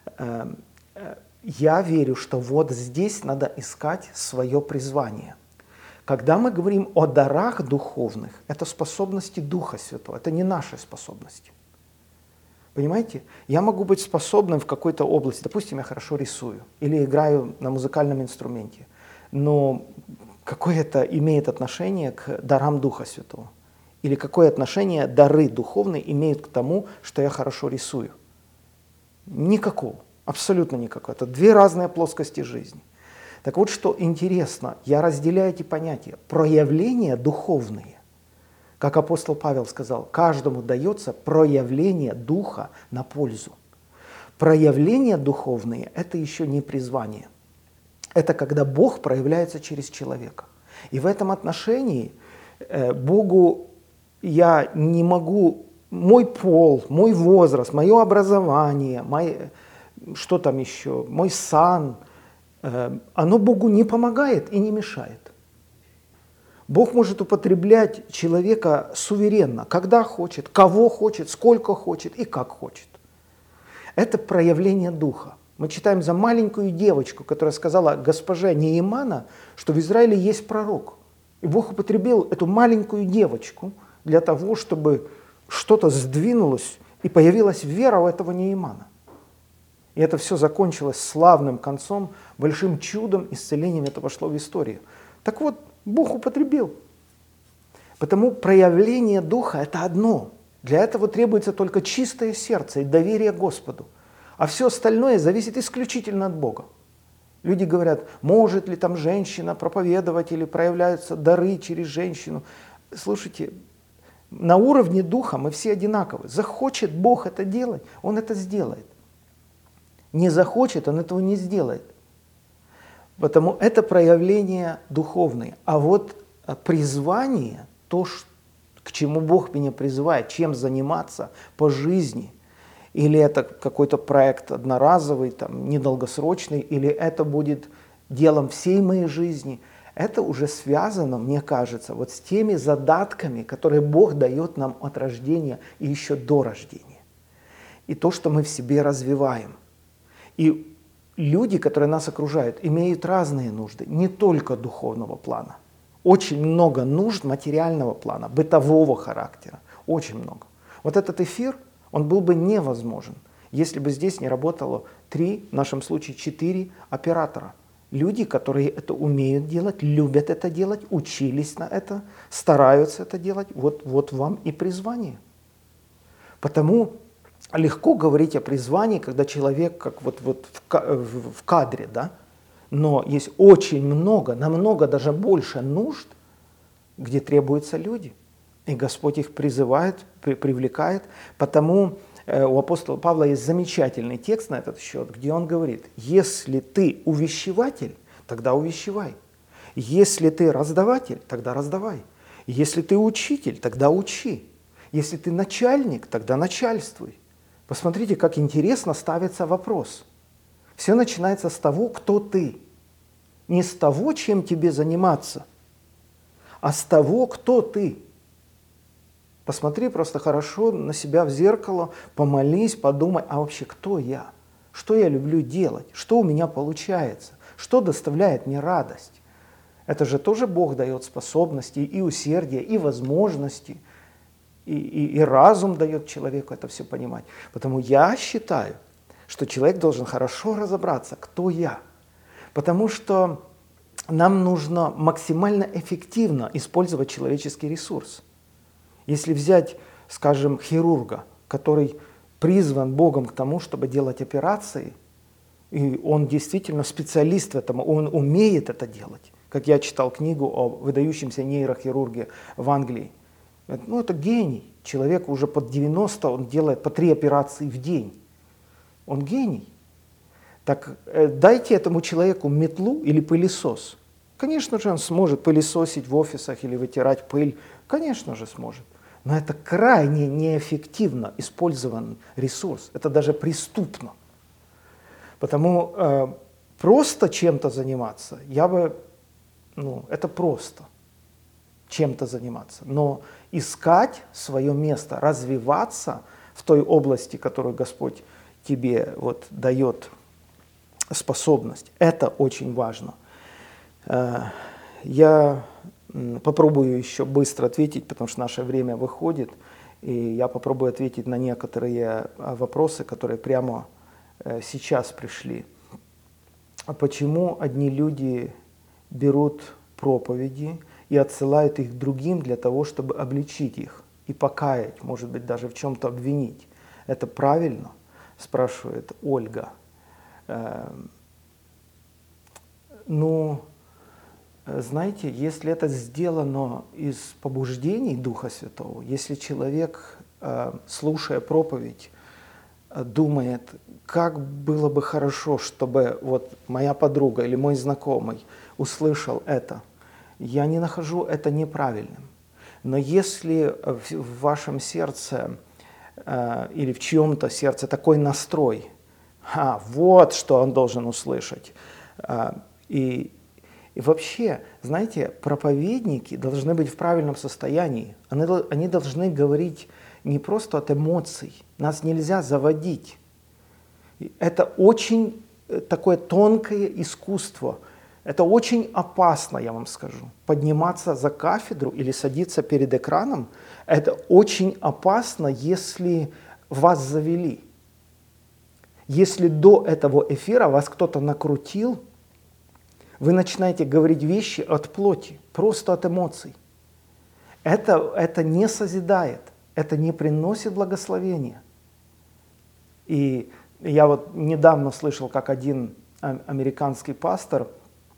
A: Я верю, что вот здесь надо искать свое призвание. Когда мы говорим о дарах духовных, это способности Духа Святого, это не наши способности. Понимаете? Я могу быть способным в какой-то области, допустим, я хорошо рисую или играю на музыкальном инструменте, но какое это имеет отношение к дарам Духа Святого? Или какое отношение дары духовные имеют к тому, что я хорошо рисую? Никакого, абсолютно никакого. Это две разные плоскости жизни. Так вот, что интересно, я разделяю эти понятия. Проявления духовные, как апостол Павел сказал, каждому дается проявление духа на пользу. Проявления духовные – это еще не призвание. Это когда Бог проявляется через человека. И в этом отношении э, Богу я не могу, мой пол, мой возраст, мое образование, мой, что там еще, мой сан – оно Богу не помогает и не мешает. Бог может употреблять человека суверенно, когда хочет, кого хочет, сколько хочет и как хочет. Это проявление Духа. Мы читаем за маленькую девочку, которая сказала госпоже Неемана, что в Израиле есть пророк. И Бог употребил эту маленькую девочку для того, чтобы что-то сдвинулось и появилась вера у этого Неемана. И это все закончилось славным концом, большим чудом, исцелением, это вошло в историю. Так вот, Бог употребил. Потому проявление Духа – это одно. Для этого требуется только чистое сердце и доверие Господу. А все остальное зависит исключительно от Бога. Люди говорят, может ли там женщина проповедовать или проявляются дары через женщину. Слушайте, на уровне духа мы все одинаковы. Захочет Бог это делать, Он это сделает. Не захочет, Он этого не сделает. Потому это проявление духовное. А вот призвание, то, к чему Бог меня призывает, чем заниматься по жизни, или это какой-то проект одноразовый, там, недолгосрочный, или это будет делом всей моей жизни, это уже связано, мне кажется, вот с теми задатками, которые Бог дает нам от рождения и еще до рождения. И то, что мы в себе развиваем. И люди, которые нас окружают, имеют разные нужды, не только духовного плана. Очень много нужд материального плана, бытового характера. Очень много. Вот этот эфир, он был бы невозможен, если бы здесь не работало три, в нашем случае четыре оператора. Люди, которые это умеют делать, любят это делать, учились на это, стараются это делать. Вот, вот вам и призвание. Потому легко говорить о призвании, когда человек как вот, вот в кадре, да? Но есть очень много, намного даже больше нужд, где требуются люди. И Господь их призывает, при, привлекает. Потому э, у апостола Павла есть замечательный текст на этот счет, где он говорит, если ты увещеватель, тогда увещевай. Если ты раздаватель, тогда раздавай. Если ты учитель, тогда учи. Если ты начальник, тогда начальствуй. Посмотрите, как интересно ставится вопрос. Все начинается с того, кто ты. Не с того, чем тебе заниматься, а с того, кто ты. Посмотри просто хорошо на себя в зеркало, помолись, подумай, а вообще кто я? Что я люблю делать? Что у меня получается? Что доставляет мне радость? Это же тоже Бог дает способности и усердие, и возможности, и, и, и разум дает человеку это все понимать. Потому я считаю, что человек должен хорошо разобраться, кто я. Потому что нам нужно максимально эффективно использовать человеческий ресурс. Если взять, скажем, хирурга, который призван Богом к тому, чтобы делать операции, и он действительно специалист в этом, он умеет это делать. Как я читал книгу о выдающемся нейрохирурге в Англии. Ну, это гений. Человек уже под девяносто, он делает по три операции в день. Он гений. Так э, дайте этому человеку метлу или пылесос. Конечно же, он сможет пылесосить в офисах или вытирать пыль. Конечно же, сможет. Но это крайне неэффективно использованный ресурс. Это даже преступно. Потому э, просто чем-то заниматься, я бы, ну, это просто чем-то заниматься. Но искать свое место, развиваться в той области, которую Господь тебе вот дает способность, это очень важно. Э, я попробую еще быстро ответить, потому что наше время выходит, и я попробую ответить на некоторые вопросы, которые прямо сейчас пришли. А почему одни люди берут проповеди и отсылают их другим для того, чтобы обличить их и покаять, может быть, даже в чем-то обвинить? Это правильно? Спрашивает Ольга. Ну, знаете, если это сделано из побуждений Духа Святого, если человек, слушая проповедь, думает, как было бы хорошо, чтобы вот моя подруга или мой знакомый услышал это, я не нахожу это неправильным. Но если в вашем сердце или в чьем-то сердце такой настрой, а, вот что он должен услышать, и И вообще, знаете, проповедники должны быть в правильном состоянии. Они, они должны говорить не просто от эмоций. Нас нельзя заводить. Это очень такое тонкое искусство. Это очень опасно, я вам скажу. Подниматься за кафедру или садиться перед экраном, это очень опасно, если вас завели. Если до этого эфира вас кто-то накрутил, вы начинаете говорить вещи от плоти, просто от эмоций. Это, это не созидает, это не приносит благословения. И Я вот недавно слышал, как один американский пастор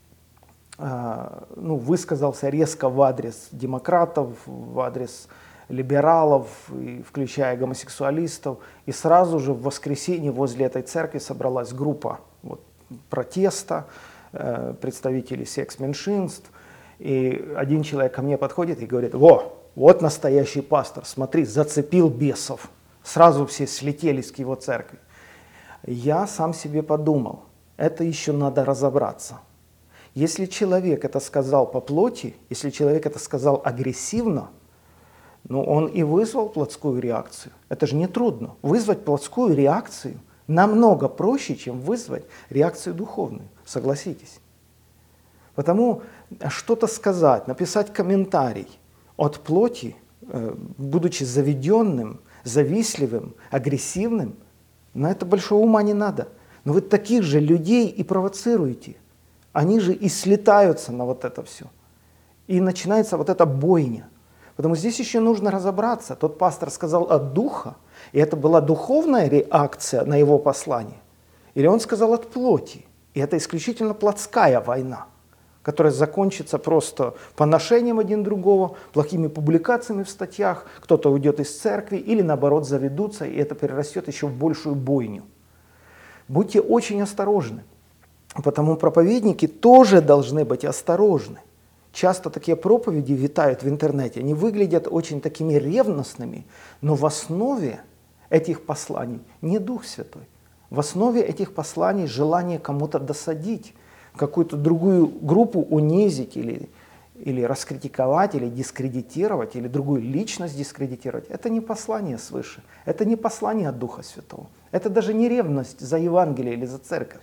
A: ну, высказался резко в адрес демократов, в адрес либералов, и включая гомосексуалистов. И сразу же в воскресенье возле этой церкви собралась группа вот, протеста, э, представителей секс-меньшинств. И один человек ко мне подходит и говорит: «Во, вот настоящий пастор, смотри, зацепил бесов». Сразу все слетелись к его церкви. Я сам себе подумал, это еще надо разобраться. Если человек это сказал по плоти, если человек это сказал агрессивно, ну, он и вызвал плотскую реакцию. Это же не трудно. Вызвать плотскую реакцию намного проще, чем вызвать реакцию духовную. Согласитесь. Потому что-то сказать, написать комментарий от плоти, будучи заведенным, завистливым, агрессивным, на это большого ума не надо. Но вы таких же людей и провоцируете. Они же и слетаются на вот это все. И начинается вот эта бойня. Потому здесь еще нужно разобраться. Тот пастор сказал от духа, и это была духовная реакция на его послание. Или он сказал от плоти, и это исключительно плотская война, которая закончится просто поношением один другого, плохими публикациями в статьях, кто-то уйдет из церкви или наоборот заведутся, и это перерастет еще в большую бойню. Будьте очень осторожны, потому проповедники тоже должны быть осторожны. Часто такие проповеди витают в интернете, они выглядят очень такими ревностными, но в основе этих посланий не Дух Святой. В основе этих посланий желание кому-то досадить, какую-то другую группу унизить или, или раскритиковать, или дискредитировать, или другую личность дискредитировать. Это не послание свыше, это не послание от Духа Святого. Это даже не ревность за Евангелие или за церковь.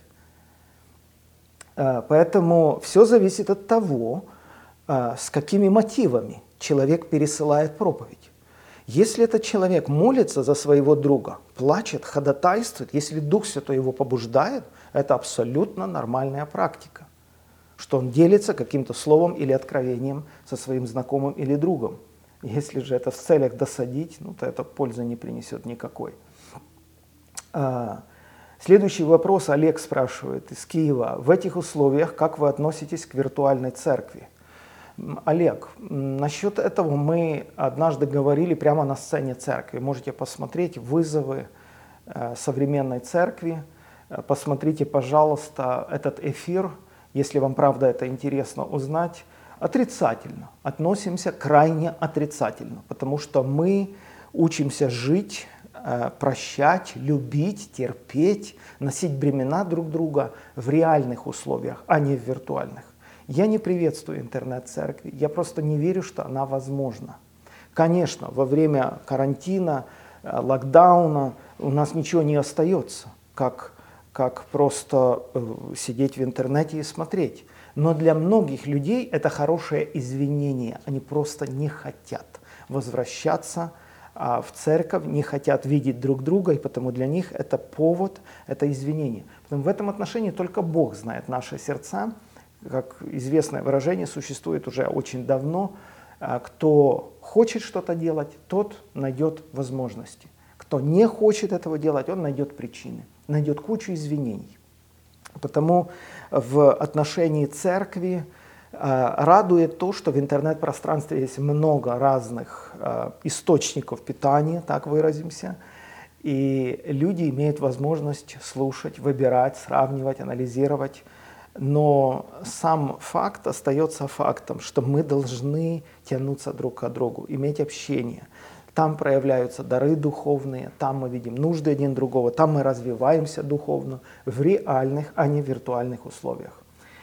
A: Поэтому все зависит от того, с какими мотивами человек пересылает проповедь. Если этот человек молится за своего друга, плачет, ходатайствует, если Дух Святой его побуждает, это абсолютно нормальная практика, что он делится каким-то словом или откровением со своим знакомым или другом. Если же это в целях досадить, ну, то это пользы не принесет никакой. Следующий вопрос Олег спрашивает из Киева. В этих условиях как вы относитесь к виртуальной церкви? Олег, насчет этого мы однажды говорили прямо на сцене церкви. Можете посмотреть вызовы современной церкви. Посмотрите, пожалуйста, этот эфир, если вам правда это интересно узнать. Отрицательно. Относимся крайне отрицательно, потому что мы учимся жить, прощать, любить, терпеть, носить бремена друг друга в реальных условиях, а не в виртуальных. Я не приветствую интернет-церкви, я просто не верю, что она возможна. Конечно, во время карантина, локдауна у нас ничего не остается, как, как просто сидеть в интернете и смотреть. Но для многих людей это хорошее извинение, они просто не хотят возвращаться в церковь, не хотят видеть друг друга, и потому для них это повод, это извинение. Поэтому в этом отношении только Бог знает наши сердца. Как известное выражение существует уже очень давно, кто хочет что-то делать, тот найдет возможности. Кто не хочет этого делать, он найдет причины, найдет кучу извинений. Потому в отношении церкви радует то, что в интернет-пространстве есть много разных источников питания, так выразимся, и люди имеют возможность слушать, выбирать, сравнивать, анализировать. Но сам факт остается фактом, что мы должны тянуться друг к другу, иметь общение. Там проявляются дары духовные, там мы видим нужды один другого, там мы развиваемся духовно в реальных, а не виртуальных условиях.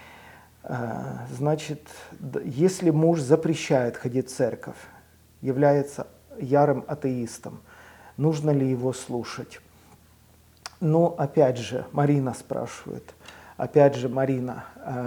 A: Значит, если муж запрещает ходить в церковь, является ярым атеистом, нужно ли его слушать? Ну, опять же, Марина спрашивает. Опять же, Марина,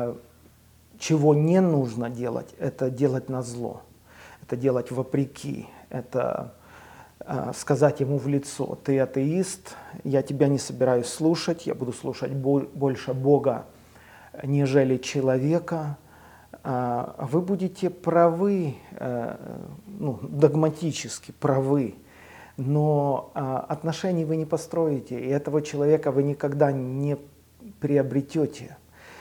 A: чего не нужно делать, это делать назло, это делать вопреки, это сказать ему в лицо: ты атеист, я тебя не собираюсь слушать, я буду слушать больше Бога, нежели человека. Вы будете правы, ну, догматически правы, но а, отношений вы не построите, и этого человека вы никогда не приобретете.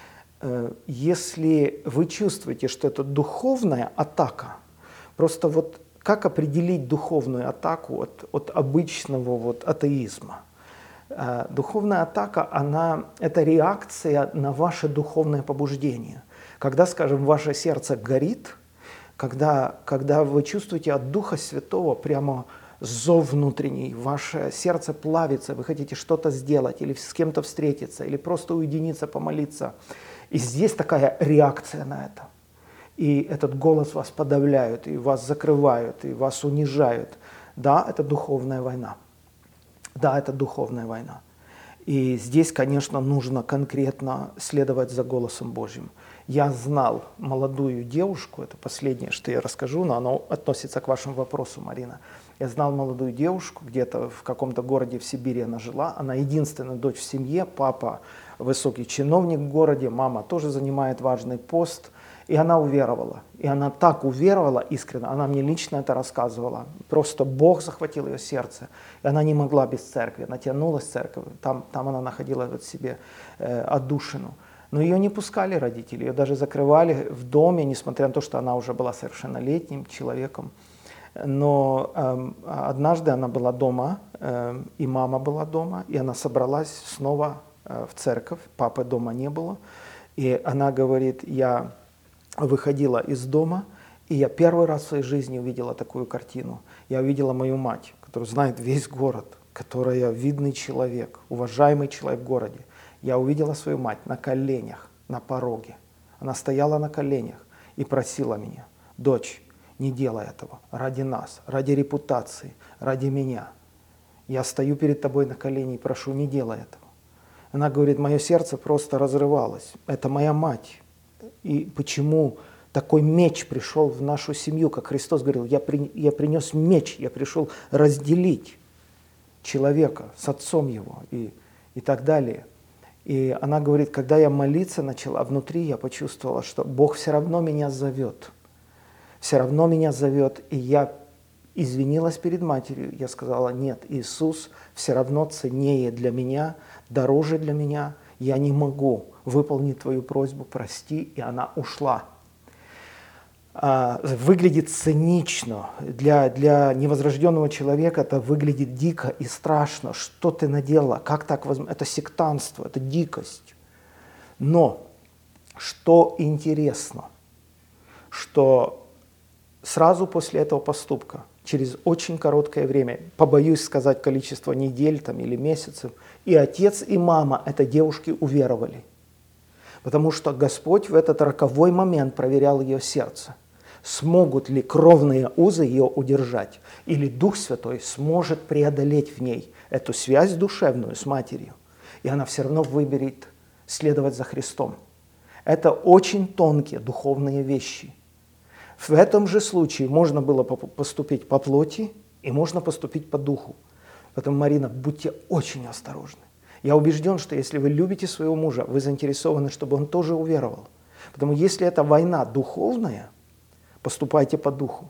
A: Если вы чувствуете, что это духовная атака, просто вот как определить духовную атаку от, от обычного вот атеизма? Духовная атака, она, это реакция на ваше духовное побуждение. Когда, скажем, ваше сердце горит, когда, когда вы чувствуете от Духа Святого прямо зов внутренний, ваше сердце плавится, вы хотите что-то сделать, или с кем-то встретиться, или просто уединиться, помолиться. И здесь такая реакция на это. И этот голос вас подавляют, и вас закрывают, и вас унижают. Да, это духовная война. Да, это духовная война. И здесь, конечно, нужно конкретно следовать за голосом Божьим. Я знал молодую девушку, это последнее, что я расскажу, но оно относится к вашему вопросу, Марина. Я знал молодую девушку, где-то в каком-то городе в Сибири она жила. Она единственная дочь в семье, папа высокий чиновник в городе, мама тоже занимает важный пост. И она уверовала. И она так уверовала искренне, она мне лично это рассказывала. Просто Бог захватил ее сердце. И она не могла без церкви, она тянулась в церковь. Там, там она находила вот себе э, отдушину. Но ее не пускали родители, ее даже закрывали в доме, несмотря на то, что она уже была совершеннолетним человеком. Но э, однажды она была дома, э, и мама была дома, и она собралась снова э, в церковь, папы дома не было. И она говорит, я выходила из дома, и я первый раз в своей жизни увидела такую картину. Я увидела мою мать, которую знает весь город, которая видный человек, уважаемый человек в городе. Я увидела свою мать на коленях, на пороге. Она стояла на коленях и просила меня: дочь, не делай этого ради нас, ради репутации, ради меня. Я стою перед тобой на колени и прошу, не делай этого. Она говорит, мое сердце просто разрывалось. Это моя мать. И почему такой меч пришел в нашу семью, как Христос говорил, я, при, я принес меч, я пришел разделить человека с отцом его и, и так далее. И она говорит, когда я молиться начала, внутри я почувствовала, что Бог все равно меня зовет. Все равно меня зовет, и я извинилась перед матерью. Я сказала, нет, Иисус все равно ценнее для меня, дороже для меня. Я не могу выполнить твою просьбу, прости, и она ушла. А, выглядит цинично. Для, для невозрожденного человека это выглядит дико и страшно. Что ты наделала? Как так возможно? Это сектантство, это дикость. Но что интересно, что сразу после этого поступка, через очень короткое время, побоюсь сказать количество недель там, или месяцев, и отец, и мама этой девушки уверовали. Потому что Господь в этот роковой момент проверял ее сердце. Смогут ли кровные узы ее удержать? Или Дух Святой сможет преодолеть в ней эту связь душевную с матерью? И она все равно выберет следовать за Христом. Это очень тонкие духовные вещи. В этом же случае можно было поступить по плоти и можно поступить по духу. Поэтому, Марина, будьте очень осторожны. Я убежден, что если вы любите своего мужа, вы заинтересованы, чтобы он тоже уверовал. Потому если это война духовная, поступайте по духу.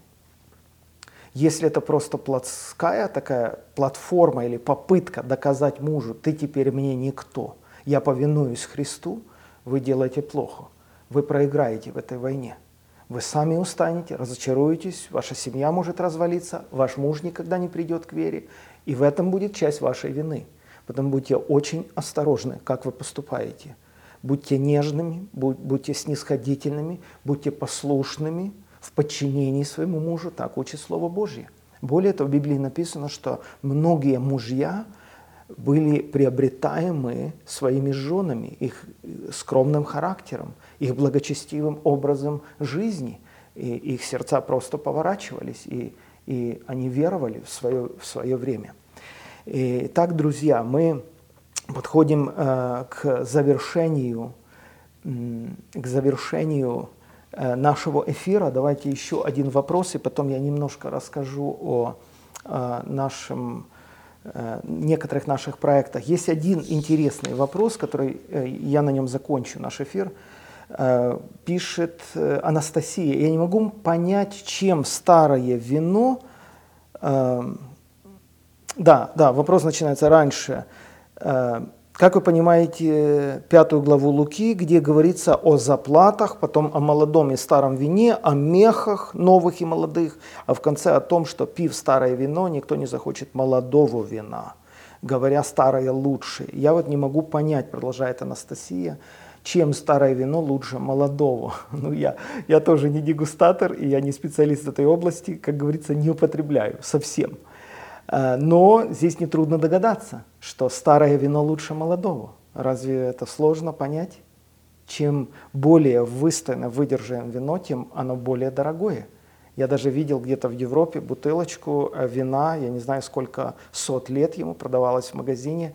A: Если это просто плотская такая платформа или попытка доказать мужу, ты теперь мне никто, я повинуюсь Христу, вы делаете плохо. Вы проиграете в этой войне. Вы сами устанете, разочаруетесь, ваша семья может развалиться, ваш муж никогда не придет к вере, и в этом будет часть вашей вины. Поэтому будьте очень осторожны, как вы поступаете. Будьте нежными, будьте снисходительными, будьте послушными в подчинении своему мужу, так учит Слово Божье. Более того, в Библии написано, что многие мужья были приобретаемы своими женами, их скромным характером, их благочестивым образом жизни. И их сердца просто поворачивались, и, и они веровали в свое, в свое время. Итак, друзья, мы подходим э, к завершению, э, к завершению э, нашего эфира. Давайте еще один вопрос, и потом я немножко расскажу о э, нашем, э, некоторых наших проектах. Есть один интересный вопрос, который э, я на нем закончу наш эфир. Э, пишет э, Анастасия. Я не могу понять, чем старое вино... Э, Да, да, вопрос начинается раньше. Как вы понимаете, пятую главу Луки, где говорится о заплатах, потом о молодом и старом вине, о мехах новых и молодых, а в конце о том, что пив старое вино, никто не захочет молодого вина, говоря старое лучше. Я вот не могу понять, продолжает Анастасия, чем старое вино лучше молодого. Ну, я, я тоже не дегустатор, и я не специалист в этой области, как говорится, не употребляю совсем. Но здесь нетрудно догадаться, что старое вино лучше молодого. Разве это сложно понять? Чем более выстоянно выдержанное вино, тем оно более дорогое. Я даже видел где-то в Европе бутылочку вина, я не знаю, сколько сот лет ему продавалась в магазине,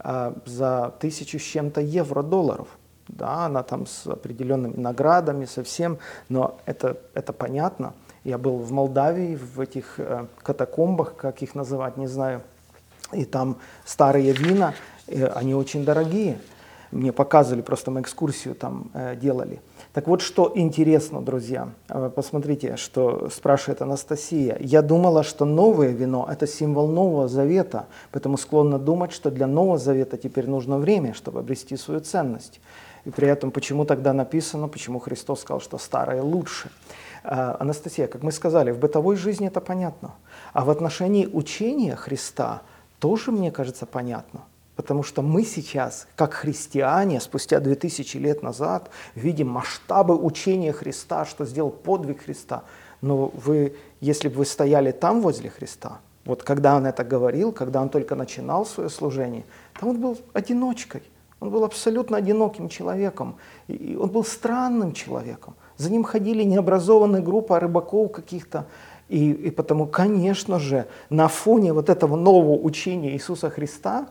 A: за тысячу с чем-то евро долларов. Да, она там с определенными наградами, совсем, но это, это понятно. Я был в Молдавии, в этих э, катакомбах, как их называть, не знаю, и там старые вина, э, они очень дорогие. Мне показывали, просто мы экскурсию там э, делали. Так вот, что интересно, друзья, э, посмотрите, что спрашивает Анастасия. Я думала, что новое вино – это символ Нового Завета, поэтому склонна думать, что для Нового Завета теперь нужно время, чтобы обрести свою ценность. И при этом, почему тогда написано, почему Христос сказал, что старое лучше. Анастасия, как мы сказали, в бытовой жизни это понятно. А в отношении учения Христа тоже, мне кажется, понятно. Потому что мы сейчас, как христиане, спустя две тысячи лет назад, видим масштабы учения Христа, что сделал подвиг Христа. Но вы, если бы вы стояли там возле Христа, вот когда Он это говорил, когда Он только начинал свое служение, там Он был одиночкой. Он был абсолютно одиноким человеком. И он был странным человеком. За ним ходили необразованные группы рыбаков каких-то. И, и потому, конечно же, на фоне вот этого нового учения Иисуса Христа,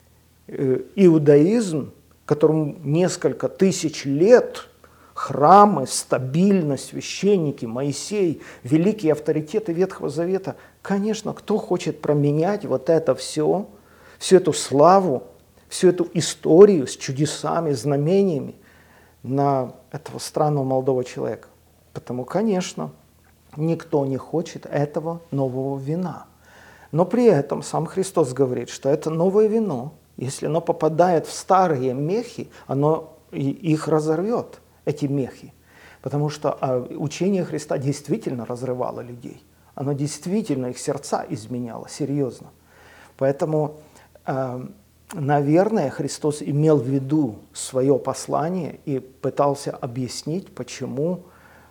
A: э, иудаизм, которому несколько тысяч лет, храмы, стабильно, священники, Моисей, великие авторитеты Ветхого Завета, конечно, кто хочет променять вот это все, всю эту славу, всю эту историю с чудесами, знамениями на этого странного молодого человека. Потому, конечно, никто не хочет этого нового вина. Но при этом сам Христос говорит, что это новое вино, если оно попадает в старые мехи, оно их разорвет, эти мехи. Потому что учение Христа действительно разрывало людей. Оно действительно их сердца изменяло, серьезно. Поэтому, наверное, Христос имел в виду свое послание и пытался объяснить, почему,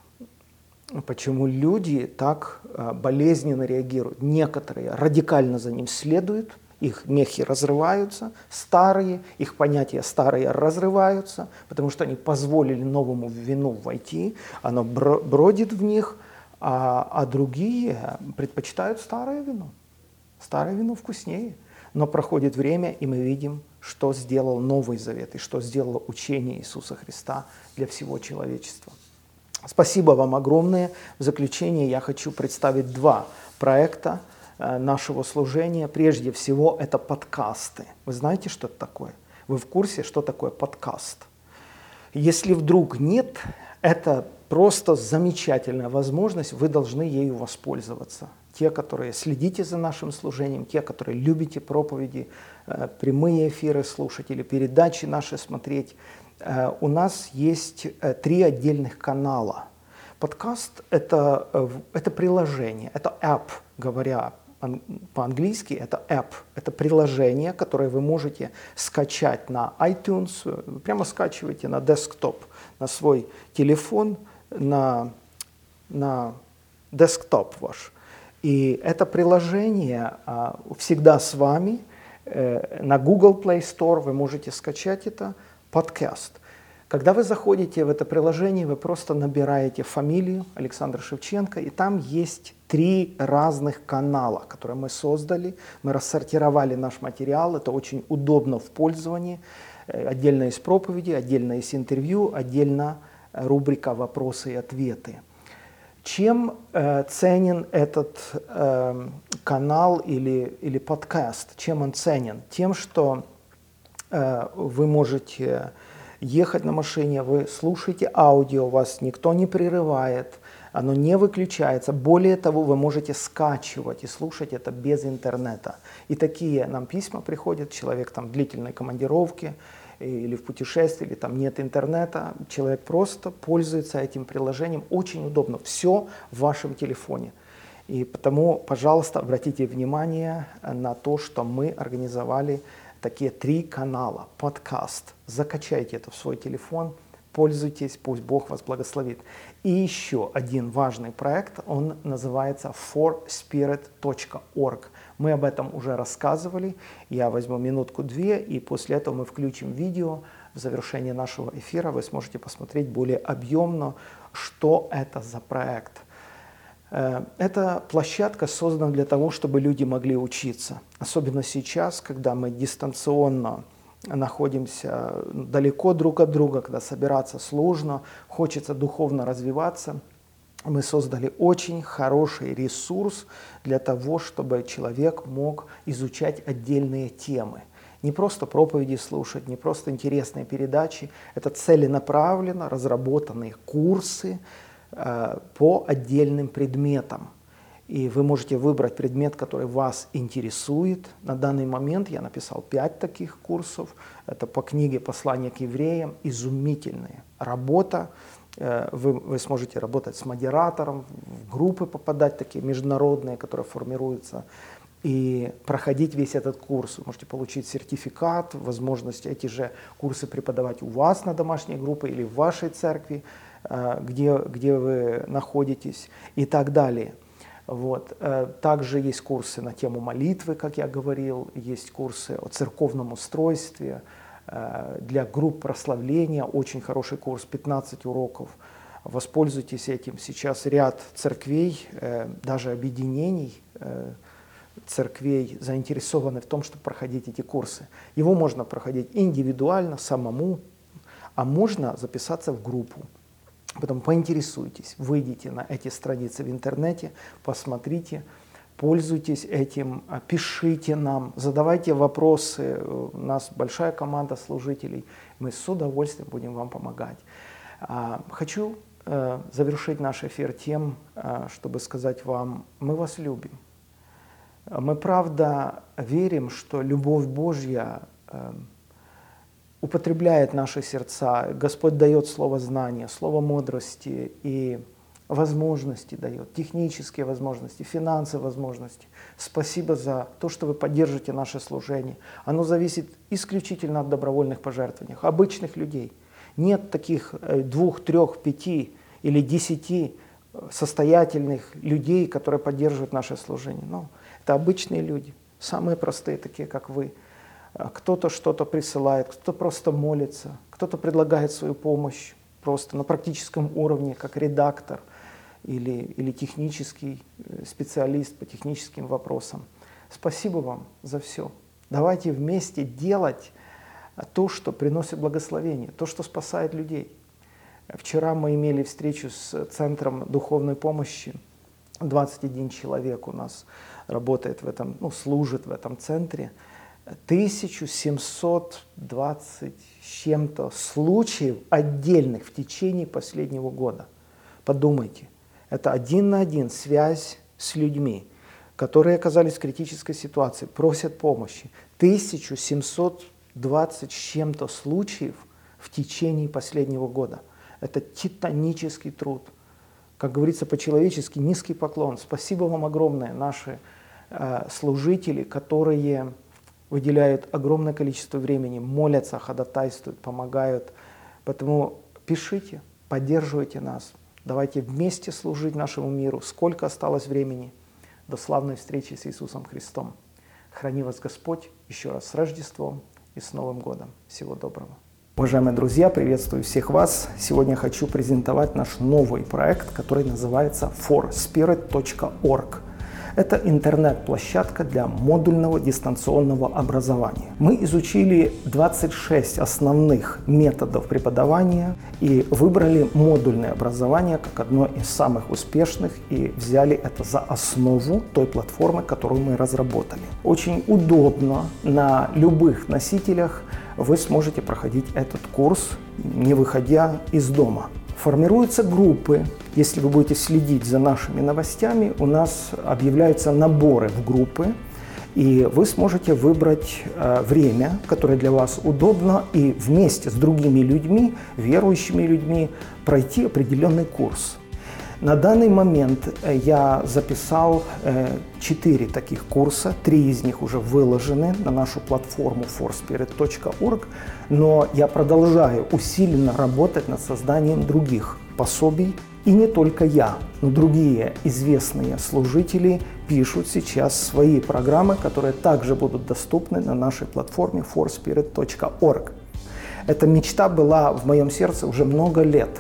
A: почему люди так болезненно реагируют. Некоторые радикально за ним следуют, их мехи разрываются, старые, их понятия старые разрываются, потому что они позволили новому вину войти, оно бродит в них, а, а другие предпочитают старое вино. Старое вино вкуснее. Но проходит время, и мы видим, что сделал Новый Завет, и что сделало учение Иисуса Христа для всего человечества. Спасибо вам огромное. В заключение я хочу представить два проекта нашего служения. Прежде всего, это подкасты. Вы знаете, что это такое? Вы в курсе, что такое подкаст? Если вдруг нет, это просто замечательная возможность, вы должны ею воспользоваться. Те, которые следите за нашим служением, те, которые любите проповеди, прямые эфиры слушать или передачи наши смотреть, у нас есть три отдельных канала. Подкаст – это, это приложение, это app, говоря по-английски, это app, это приложение, которое вы можете скачать на iTunes, прямо скачивайте на десктоп, на свой телефон, на, на десктоп ваш. И это приложение а, всегда с вами, э, на Google Play Store вы можете скачать это, подкаст. Когда вы заходите в это приложение, вы просто набираете фамилию Александр Шевченко, и там есть три разных канала, которые мы создали. Мы рассортировали наш материал, это очень удобно в пользовании. Отдельно есть проповеди, отдельно есть интервью, отдельно рубрика «Вопросы и ответы». Чем э, ценен этот э, канал или, или подкаст? Чем он ценен? Тем, что э, вы можете ехать на машине, вы слушаете аудио, вас никто не прерывает, Оно не выключается. Более того, вы можете скачивать и слушать это без интернета. И такие нам письма приходят. Человек там в длительной командировке или в путешествии, или там нет интернета. Человек просто пользуется этим приложением. Очень удобно. Все в вашем телефоне. И потому, пожалуйста, обратите внимание на то, что мы организовали такие три канала. Подкаст. Закачайте это в свой телефон. Пользуйтесь, пусть Бог вас благословит. И еще один важный проект, он называется фор спирит точка орг. Мы об этом уже рассказывали, я возьму минутку-две, и после этого мы включим видео. В завершении нашего эфира вы сможете посмотреть более объемно, что это за проект. Эта площадка создана для того, чтобы люди могли учиться. Особенно сейчас, когда мы дистанционно находимся далеко друг от друга, когда собираться сложно, хочется духовно развиваться. Мы создали очень хороший ресурс для того, чтобы человек мог изучать отдельные темы. Не просто проповеди слушать, не просто интересные передачи. Это целенаправленно разработанные курсы э, по отдельным предметам. И вы можете выбрать предмет, который вас интересует. На данный момент я написал пять таких курсов. Это по книге «Послание к евреям». Изумительная работа. Вы, вы сможете работать с модератором, в группы попадать такие международные, которые формируются, и проходить весь этот курс. Вы можете получить сертификат, возможность эти же курсы преподавать у вас на домашней группе или в вашей церкви, где, где вы находитесь, и так далее. Вот. Также есть курсы на тему молитвы, как я говорил, есть курсы о церковном устройстве, для групп прославления, очень хороший курс, пятнадцать уроков. Воспользуйтесь этим. Сейчас ряд церквей, даже объединений церквей заинтересованы в том, чтобы проходить эти курсы. Его можно проходить индивидуально, самому, а можно записаться в группу. Поэтому поинтересуйтесь, выйдите на эти страницы в интернете, посмотрите, пользуйтесь этим, пишите нам, задавайте вопросы. У нас большая команда служителей, мы с удовольствием будем вам помогать. Хочу завершить наш эфир тем, чтобы сказать вам, мы вас любим. Мы правда верим, что любовь Божья употребляет наши сердца. Господь дает слово знания, слово мудрости и возможности дает, технические возможности, финансовые возможности. Спасибо за то, что вы поддержите наше служение. Оно зависит исключительно от добровольных пожертвований, обычных людей. Нет таких двух, трех, пяти или десяти состоятельных людей, которые поддерживают наше служение. Но это обычные люди, самые простые, такие как вы. Кто-то что-то присылает, кто-то просто молится, кто-то предлагает свою помощь просто на практическом уровне, как редактор или, или технический специалист по техническим вопросам. Спасибо вам за все. Давайте вместе делать то, что приносит благословение, то, что спасает людей. Вчера мы имели встречу с Центром духовной помощи. двадцать один человек у нас работает в этом, ну, служит в этом центре. тысяча семьсот двадцать с чем-то случаев отдельных в течение последнего года. Подумайте, это один на один связь с людьми, которые оказались в критической ситуации, просят помощи. тысяча семьсот двадцать с чем-то случаев в течение последнего года. Это титанический труд. Как говорится по-человечески, низкий поклон. Спасибо вам огромное, наши э, служители, которые выделяют огромное количество времени, молятся, ходатайствуют, помогают. Поэтому пишите, поддерживайте нас. Давайте вместе служить нашему миру. Сколько осталось времени до славной встречи с Иисусом Христом. Храни вас Господь еще раз с Рождеством и с Новым годом. Всего доброго. Уважаемые друзья, приветствую всех вас. Сегодня хочу презентовать наш новый проект, который называется фор спирит точка орг. Это интернет-площадка для модульного дистанционного образования. Мы изучили двадцать шесть основных методов преподавания и выбрали модульное образование как одно из самых успешных и взяли это за основу той платформы, которую мы разработали. Очень удобно на любых носителях вы сможете проходить этот курс, не выходя из дома. Формируются группы. Если вы будете следить за нашими новостями, у нас объявляются наборы в группы, и вы сможете выбрать э, время, которое для вас удобно, и вместе с другими людьми, верующими людьми, пройти определенный курс. На данный момент я записал четыре э, таких курса, три из них уже выложены на нашу платформу фор спирит точка орг, но я продолжаю усиленно работать над созданием других пособий. И не только я, но другие известные служители пишут сейчас свои программы, которые также будут доступны на нашей платформе фор спирит точка орг. Эта мечта была в моем сердце уже много лет.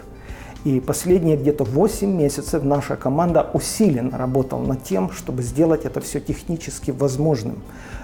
A: И последние где-то восемь месяцев наша команда усиленно работала над тем, чтобы сделать это все технически возможным,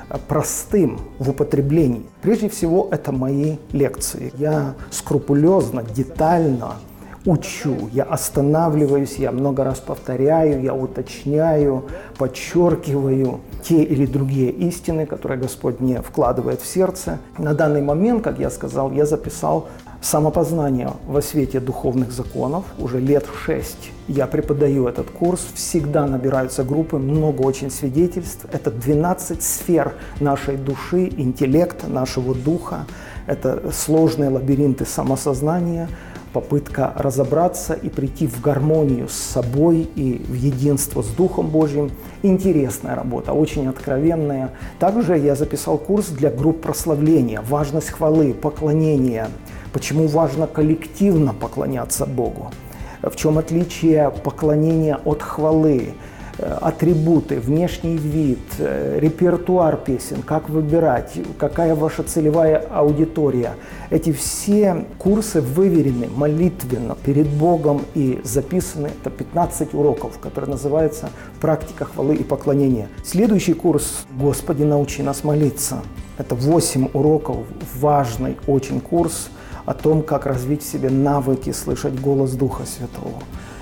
A: простым в употреблении. Прежде всего, это мои лекции. Я скрупулезно, детально учу, я останавливаюсь, я много раз повторяю, я уточняю, подчеркиваю те или другие истины, которые Господь мне вкладывает в сердце. На данный момент, как я сказал, я записал самопознание во свете духовных законов. Уже лет шесть я преподаю этот курс, всегда набираются группы, много очень свидетельств. Это двенадцать сфер нашей души, интеллекта, нашего духа. Это сложные лабиринты самосознания, попытка разобраться и прийти в гармонию с собой и в единство с Духом Божьим. Интересная работа, очень откровенная. Также я записал курс для групп прославления, важность хвалы, поклонения. Почему важно коллективно поклоняться Богу? В чем отличие поклонения от хвалы? Атрибуты, внешний вид, репертуар песен, как выбирать, какая ваша целевая аудитория. Эти все курсы выверены молитвенно перед Богом и записаны. Это пятнадцать уроков, которые называются «Практика хвалы и поклонения». Следующий курс «Господи, научи нас молиться». Это восемь уроков, важный очень курс о том, как развить в себе навыки слышать голос Духа Святого.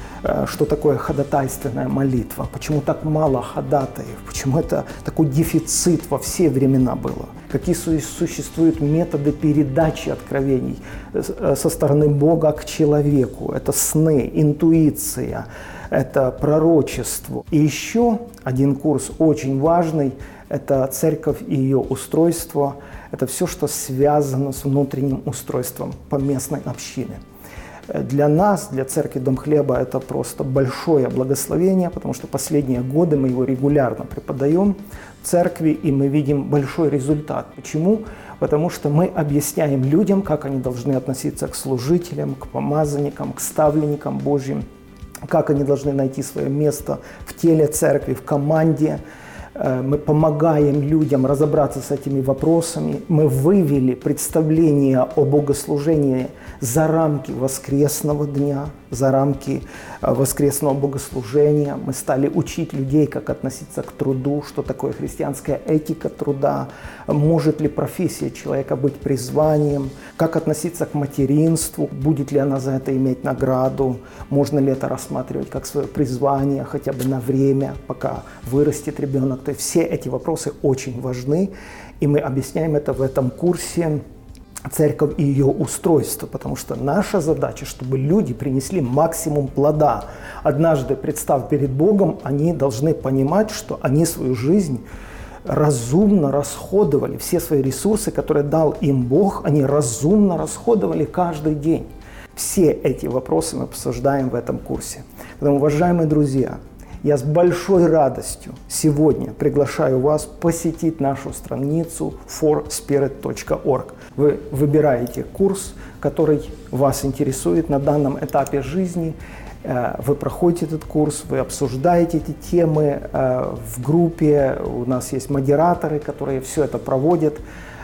A: Что такое ходатайственная молитва, почему так мало ходатаев, почему это такой дефицит во все времена было, какие существуют методы передачи откровений со стороны Бога к человеку. Это сны, интуиция, это пророчество. И еще один курс очень важный – это церковь и ее устройство, это все, что связано с внутренним устройством поместной общины. Для нас, для Церкви Дом Хлеба, это просто большое благословение, потому что последние годы мы его регулярно преподаем в церкви, и мы видим большой результат. Почему? Потому что мы объясняем людям, как они должны относиться к служителям, к помазанникам, к ставленникам Божьим, как они должны найти свое место в теле церкви, в команде. Мы помогаем людям разобраться с этими вопросами. Мы вывели представление о богослужении за рамки воскресного дня, за рамки воскресного богослужения. Мы стали учить людей, как относиться к труду, что такое христианская этика труда, может ли профессия человека быть призванием, как относиться к материнству, будет ли она за это иметь награду, можно ли это рассматривать как свое призвание хотя бы на время, пока вырастет ребенок. То есть все эти вопросы очень важны, и мы объясняем это в этом курсе «Церковь и ее устройство», потому что наша задача, чтобы люди принесли максимум плода. Однажды, представ перед Богом, они должны понимать, что они свою жизнь разумно расходовали, все свои ресурсы, которые дал им Бог, они разумно расходовали каждый день. Все эти вопросы мы обсуждаем в этом курсе. Поэтому, уважаемые друзья, я с большой радостью сегодня приглашаю вас посетить нашу страницу фор спирит точка орг. Вы выбираете курс, который вас интересует на данном этапе жизни. Вы проходите этот курс, вы обсуждаете эти темы в группе. У нас есть модераторы, которые все это проводят.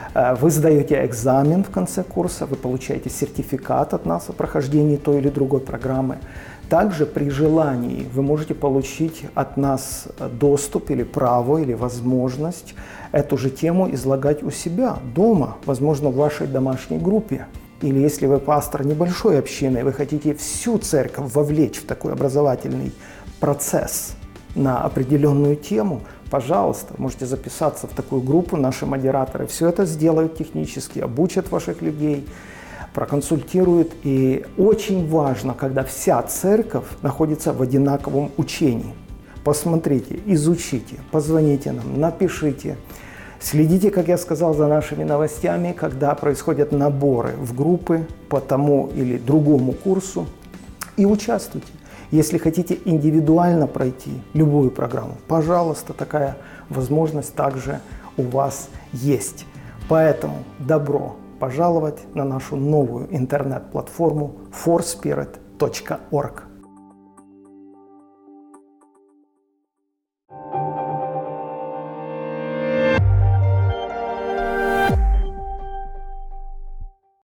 A: Вы сдаете экзамен в конце курса, вы получаете сертификат от нас о прохождении той или другой программы. Также при желании вы можете получить от нас доступ или право, или возможность эту же тему излагать у себя дома, возможно, в вашей домашней группе. Или если вы пастор небольшой общины, вы хотите всю церковь вовлечь в такой образовательный процесс на определенную тему, пожалуйста, можете записаться в такую группу, наши модераторы все это сделают технически, обучат ваших людей, проконсультирует. И очень важно, когда вся церковь находится в одинаковом учении. Посмотрите, изучите, позвоните нам, напишите. Следите, как я сказал, за нашими новостями, когда происходят наборы в группы по тому или другому курсу, и участвуйте. Если хотите индивидуально пройти любую программу, пожалуйста, такая возможность также у вас есть. Поэтому добро пожаловать на нашу новую интернет-платформу фор спирит точка орг.